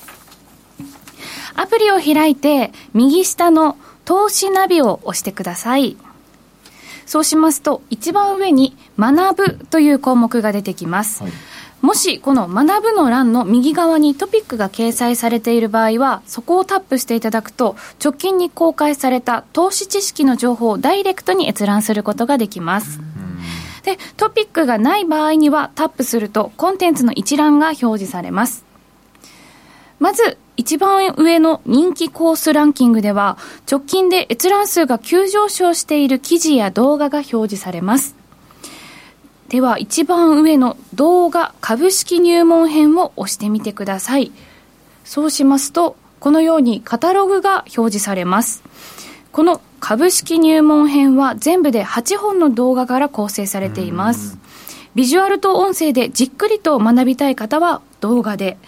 アプリを開いて右下の投資ナビを押してください。そうしますと一番上に学ぶという項目が出てきます。もしこの学ぶの欄の右側にトピックが掲載されている場合はそこをタップしていただくと直近に公開された投資知識の情報をダイレクトに閲覧することができます。で、トピックがない場合にはタップするとコンテンツの一覧が表示されます。まず一番上の人気コースランキングでは直近で閲覧数が急上昇している記事や動画が表示されます。では一番上の動画株式入門編を押してみてください。そうしますとこのようにカタログが表示されます。この株式入門編は全部で8本の動画から構成されています。ビジュアルと音声でじっくりと学びたい方は動画で、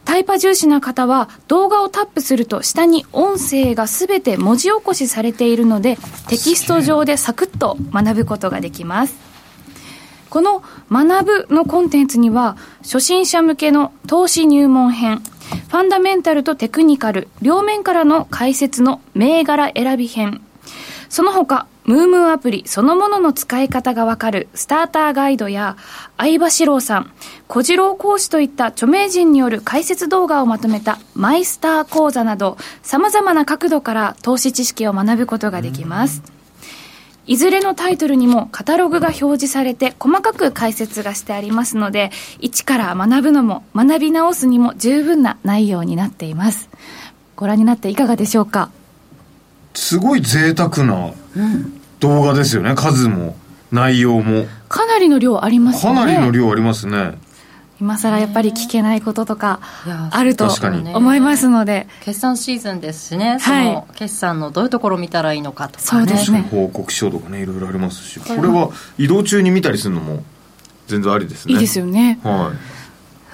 タイパ重視な方は動画をタップすると下に音声がすべて文字起こしされているのでテキスト上でサクッと学ぶことができます。この学ぶのコンテンツには初心者向けの投資入門編、ファンダメンタルとテクニカル両面からの解説の銘柄選び編、その他ムームーアプリそのものの使い方がわかるスターターガイドや相場志郎さん、小次郎講師といった著名人による解説動画をまとめたマイスター講座など様々な角度から投資知識を学ぶことができます。いずれのタイトルにもカタログが表示されて細かく解説がしてありますので、一から学ぶのも学び直すにも十分な内容になっています。ご覧になっていかがでしょうか。 すごい贅沢な動画ですよね。数も内容もかなりの量ありますよね。 かなりの量ありますね。 今更やっぱり聞けないこととかあると思いますので、 決算シーズンですしね、その決算のどういうところを見たらいいのかとかね、そうですね、 報告書とかね、いろいろありますし、これは移動中に見たりするのも全然ありですね。 いいですよね。 はい、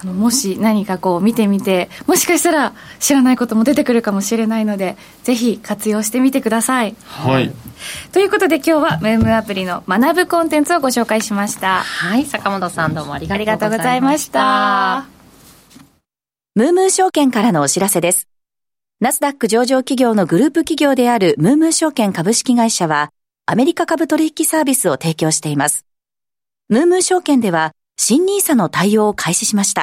もし何かこう見てみて、もしかしたら知らないことも出てくるかもしれないので、ぜひ活用してみてください。 はい。 ということで今日はムームーアプリの学ぶコンテンツをご紹介しました。 はい、坂本さんどうもありがとうございました。 ムームー証券からのお知らせです。ナスダック上場企業のグループ企業であるムームー証券株式会社は、アメリカ株取引サービスを提供しています。ムームー証券では、新NISAの対応を開始しました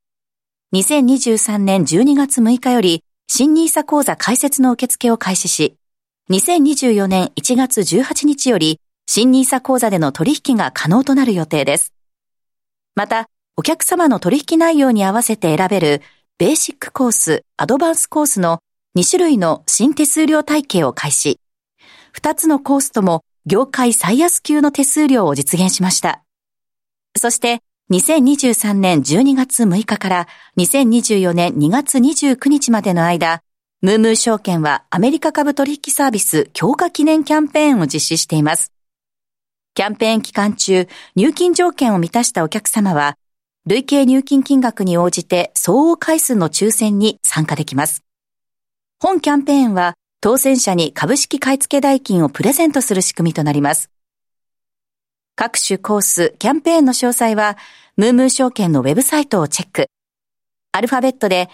。2023年12月6日より新NISA口座開設の受付を開始し、2024年1月18日より新NISA口座での取引が可能となる予定です。また、お客様の取引内容に合わせて選べるベーシックコース、アドバンスコースの2種類の新手数料体系を開始。2つのコースとも業界最安級の手数料を実現しました。そして、2023年12月6日から2024年2月29日までの間、ムームー証券はアメリカ株取引サービス強化記念キャンペーンを実施しています。キャンペーン期間中、入金条件を満たしたお客様は、累計入金金額に応じて相応回数の抽選に参加できます。本キャンペーンは、当選者に株式買付代金をプレゼントする仕組みとなります。各種コース、キャンペーンの詳細は、ムームー証券のウェブサイトをチェック。アルファベットで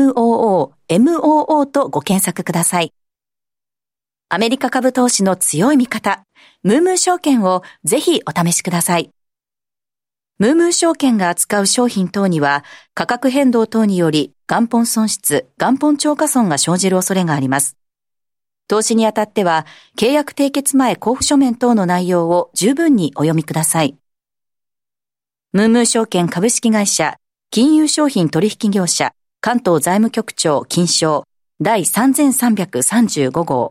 MOO とご検索ください。アメリカ株投資の強い味方、ムームー証券をぜひお試しください。ムームー証券が扱う商品等には、価格変動等により元本損失、元本超過損が生じる恐れがあります。投資にあたっては、契約締結前交付書面等の内容を十分にお読みください。ムームー証券株式会社、金融商品取引業者、関東財務局長金商第3335号。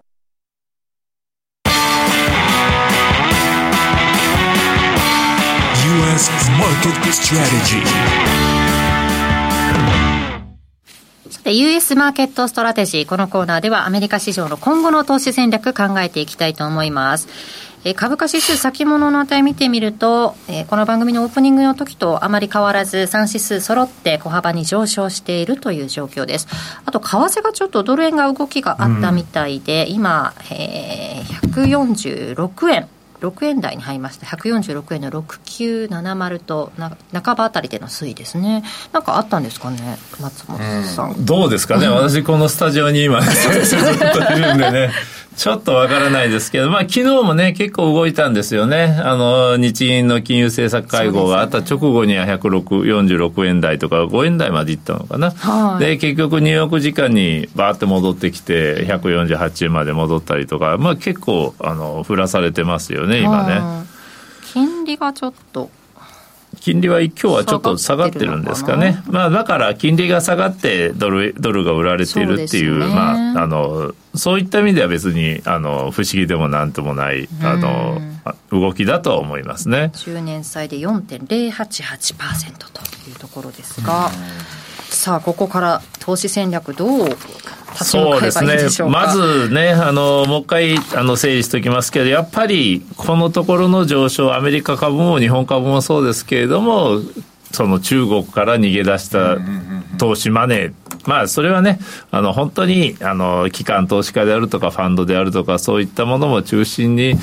US Market Strategy。 US マーケットストラテジー、このコーナーではアメリカ市場の今後の投資戦略考えていきたいと思います。株価指数先物の値見てみると、この番組のオープニングの時とあまり変わらず3指数揃って小幅に上昇しているという状況です。あと為替がちょっとドル円が動きがあったみたいで、今、146円6円台に入りました。146円の6970と半ばあたりでの推移ですね。なんかあったんですかね、松本さん。 どうですかね、私このスタジオに今ずっといるんでねちょっとわからないですけど、まあ昨日もね結構動いたんですよね。日銀の金融政策会合があった直後には146円台とか5円台までいったのかな、はい、で結局ニューヨーク時間にバーって戻ってきて148円まで戻ったりとか、まあ結構振らされてますよね今ね。 金利がちょっと金利は今日はちょっと下がってるんですかね。まあだから金利が下がってドルが売られているっていう、まあそういった意味では別に不思議でもなんともない動きだとは思いますね。 10年債で 4.088% というところですが、さあここから投資戦略どうそうですね。まずね、もう一回整理しておきますけど、やっぱりこのところの上昇、アメリカ株も日本株もそうですけれども、その中国から逃げ出した投資マネー、それはね、本当に機関投資家であるとかファンドであるとかそういったものも中心に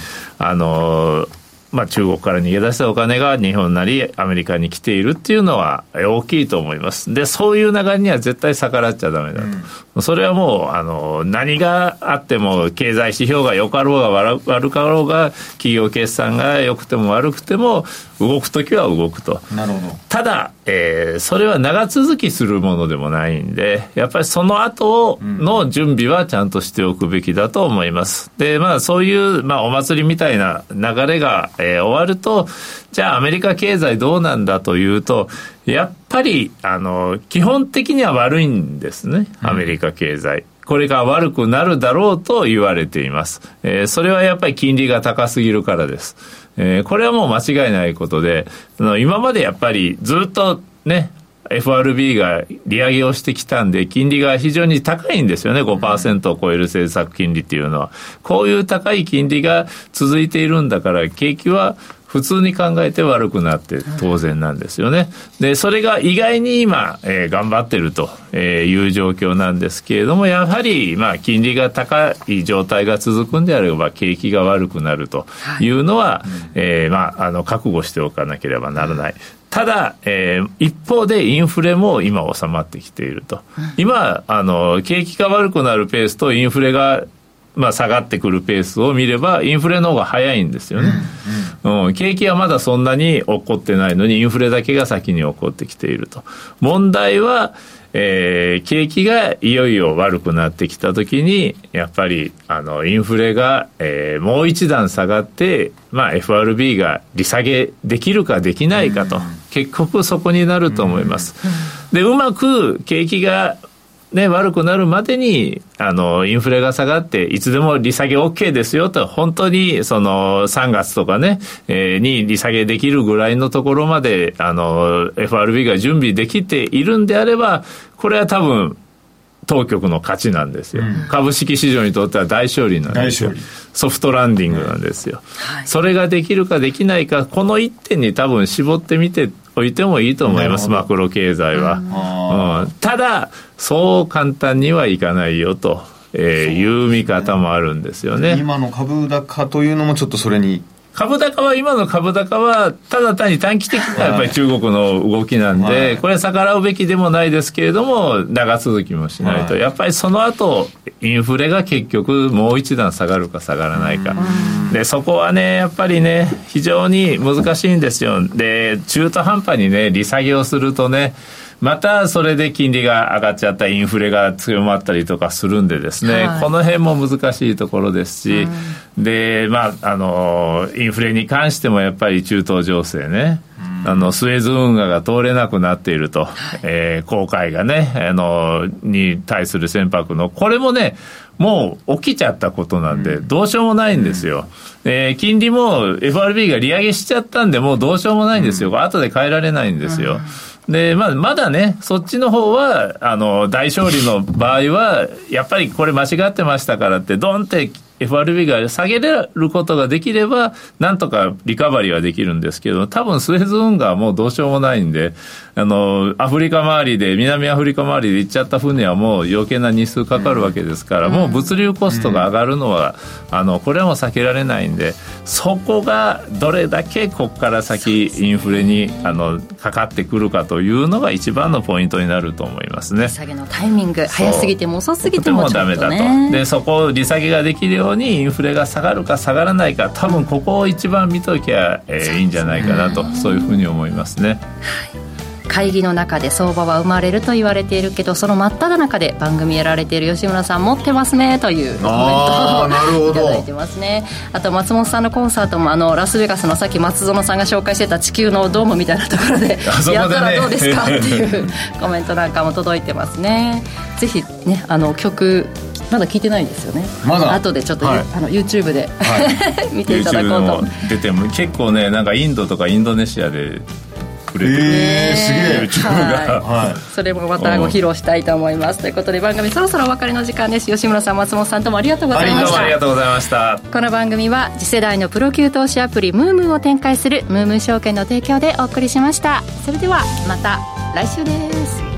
中国から逃げ出したお金が日本なりアメリカに来ているっていうのは大きいと思います。で、そういう流れには絶対逆らっちゃダメだと、それはもう何があっても経済指標が良かろうが悪かろうが企業決算が良くても悪くても動くときは動くと。 なるほど。 ただ、それは長続きするものでもないんで、やっぱりその後の準備はちゃんとしておくべきだと思います。で、そういう、お祭りみたいな流れが、終わると、じゃあアメリカ経済どうなんだというと、やっぱり基本的には悪いんですね、アメリカ経済。これが悪くなるだろうと言われています。それはやっぱり金利が高すぎるからです。これはもう間違いないことで、今までやっぱりずっとね、FRB が利上げをしてきたんで、金利が非常に高いんですよね。 5% を超える政策金利っていうのは。こういう高い金利が続いているんだから、景気は普通に考えて悪くなって当然なんですよね。で、それが意外に今、頑張ってるという状況なんですけれども、やはり金利が高い状態が続くんであれば景気が悪くなるというのは、覚悟しておかなければならない。ただ、一方でインフレも今収まってきていると。今景気が悪くなるペースとインフレが下がってくるペースを見ればインフレの方が早いんですよね。景気はまだそんなに起こってないのにインフレだけが先に起こってきていると。問題は、景気がいよいよ悪くなってきたときにやっぱりインフレが、もう一段下がって、FRB が利下げできるかできないかと、結局そこになると思います。で、うまく景気が悪くなるまでにインフレが下がっていつでも利下げ OK ですよと、本当に3月とかね、に利下げできるぐらいのところまでFRB が準備できているんであれば、これは多分当局の勝ちなんですよ、株式市場にとっては大勝利なんですよ。ソフトランディングなんですよ、それができるかできないか、この一点に多分絞ってみておいてもいいと思います。マクロ経済は、ただそう簡単にはいかないよという見方もあるんですよね。 今の株高というのもちょっとそれに、 今の株高はただ単に短期的なやっぱり中国の動きなんで、これ逆らうべきでもないですけれども長続きもしないと、やっぱりその後インフレが結局もう一段下がるか下がらないかで、そこはねやっぱりね非常に難しいんですよ。で、中途半端にね利下げをするとね、またそれで金利が上がっちゃったインフレが強まったりとかするんでですね、この辺も難しいところですし、で、インフレに関してもやっぱり中東情勢ね、スエズ運河が通れなくなっていると、航海がねに対する船舶のこれもねもう起きちゃったことなんでどうしようもないんですよ。金利も FRB が利上げしちゃったんでもうどうしようもないんですよ。後で変えられないんですよ。で、まだねそっちの方は大勝利の場合はやっぱりこれ間違ってましたからってドンって FRB が下げれることができればなんとかリカバリーはできるんですけど、多分スエズ運河はもうどうしようもないんで、アフリカ周りで南アフリカ周りで行っちゃった船はもう余計な日数かかるわけですから、もう物流コストが上がるのはこれはもう避けられないんで、そこがどれだけここから先インフレにかかってくるかというのが一番のポイントになると思いますね。 利下げのタイミング早すぎても遅すぎてもちょっとね、 ダメだと。で、そこを利下げができるようにインフレが下がるか下がらないか、多分ここを一番見ときゃいいんじゃないかなと、そういうふうに思いますね。 会議の中で相場は生まれると言われているけど、その真っ只中で番組やられている吉村さん持ってますねというコメントをいただいてますね。あと松本さんのコンサートもラスベガスのさっき松園さんが紹介してた地球のドームみたいなところでやったらどうですかっていうコメントなんかも届いてますね。ぜひね曲まだ聞いてないんですよね。まだ後でちょっと、YouTube で、見ていただこうと。 YouTube も出ても結構ねなんかインドとかインドネシアでくれてる、 すげえ YouTube が、 それもまたご披露したいと思います。ということで番組そろそろお別れの時間です。吉村さん松本さんともありがとうございました。 ありがとうございました。 この番組は次世代のプロ級投資アプリムームーを展開するムームー証券の提供でお送りしました。それではまた来週です。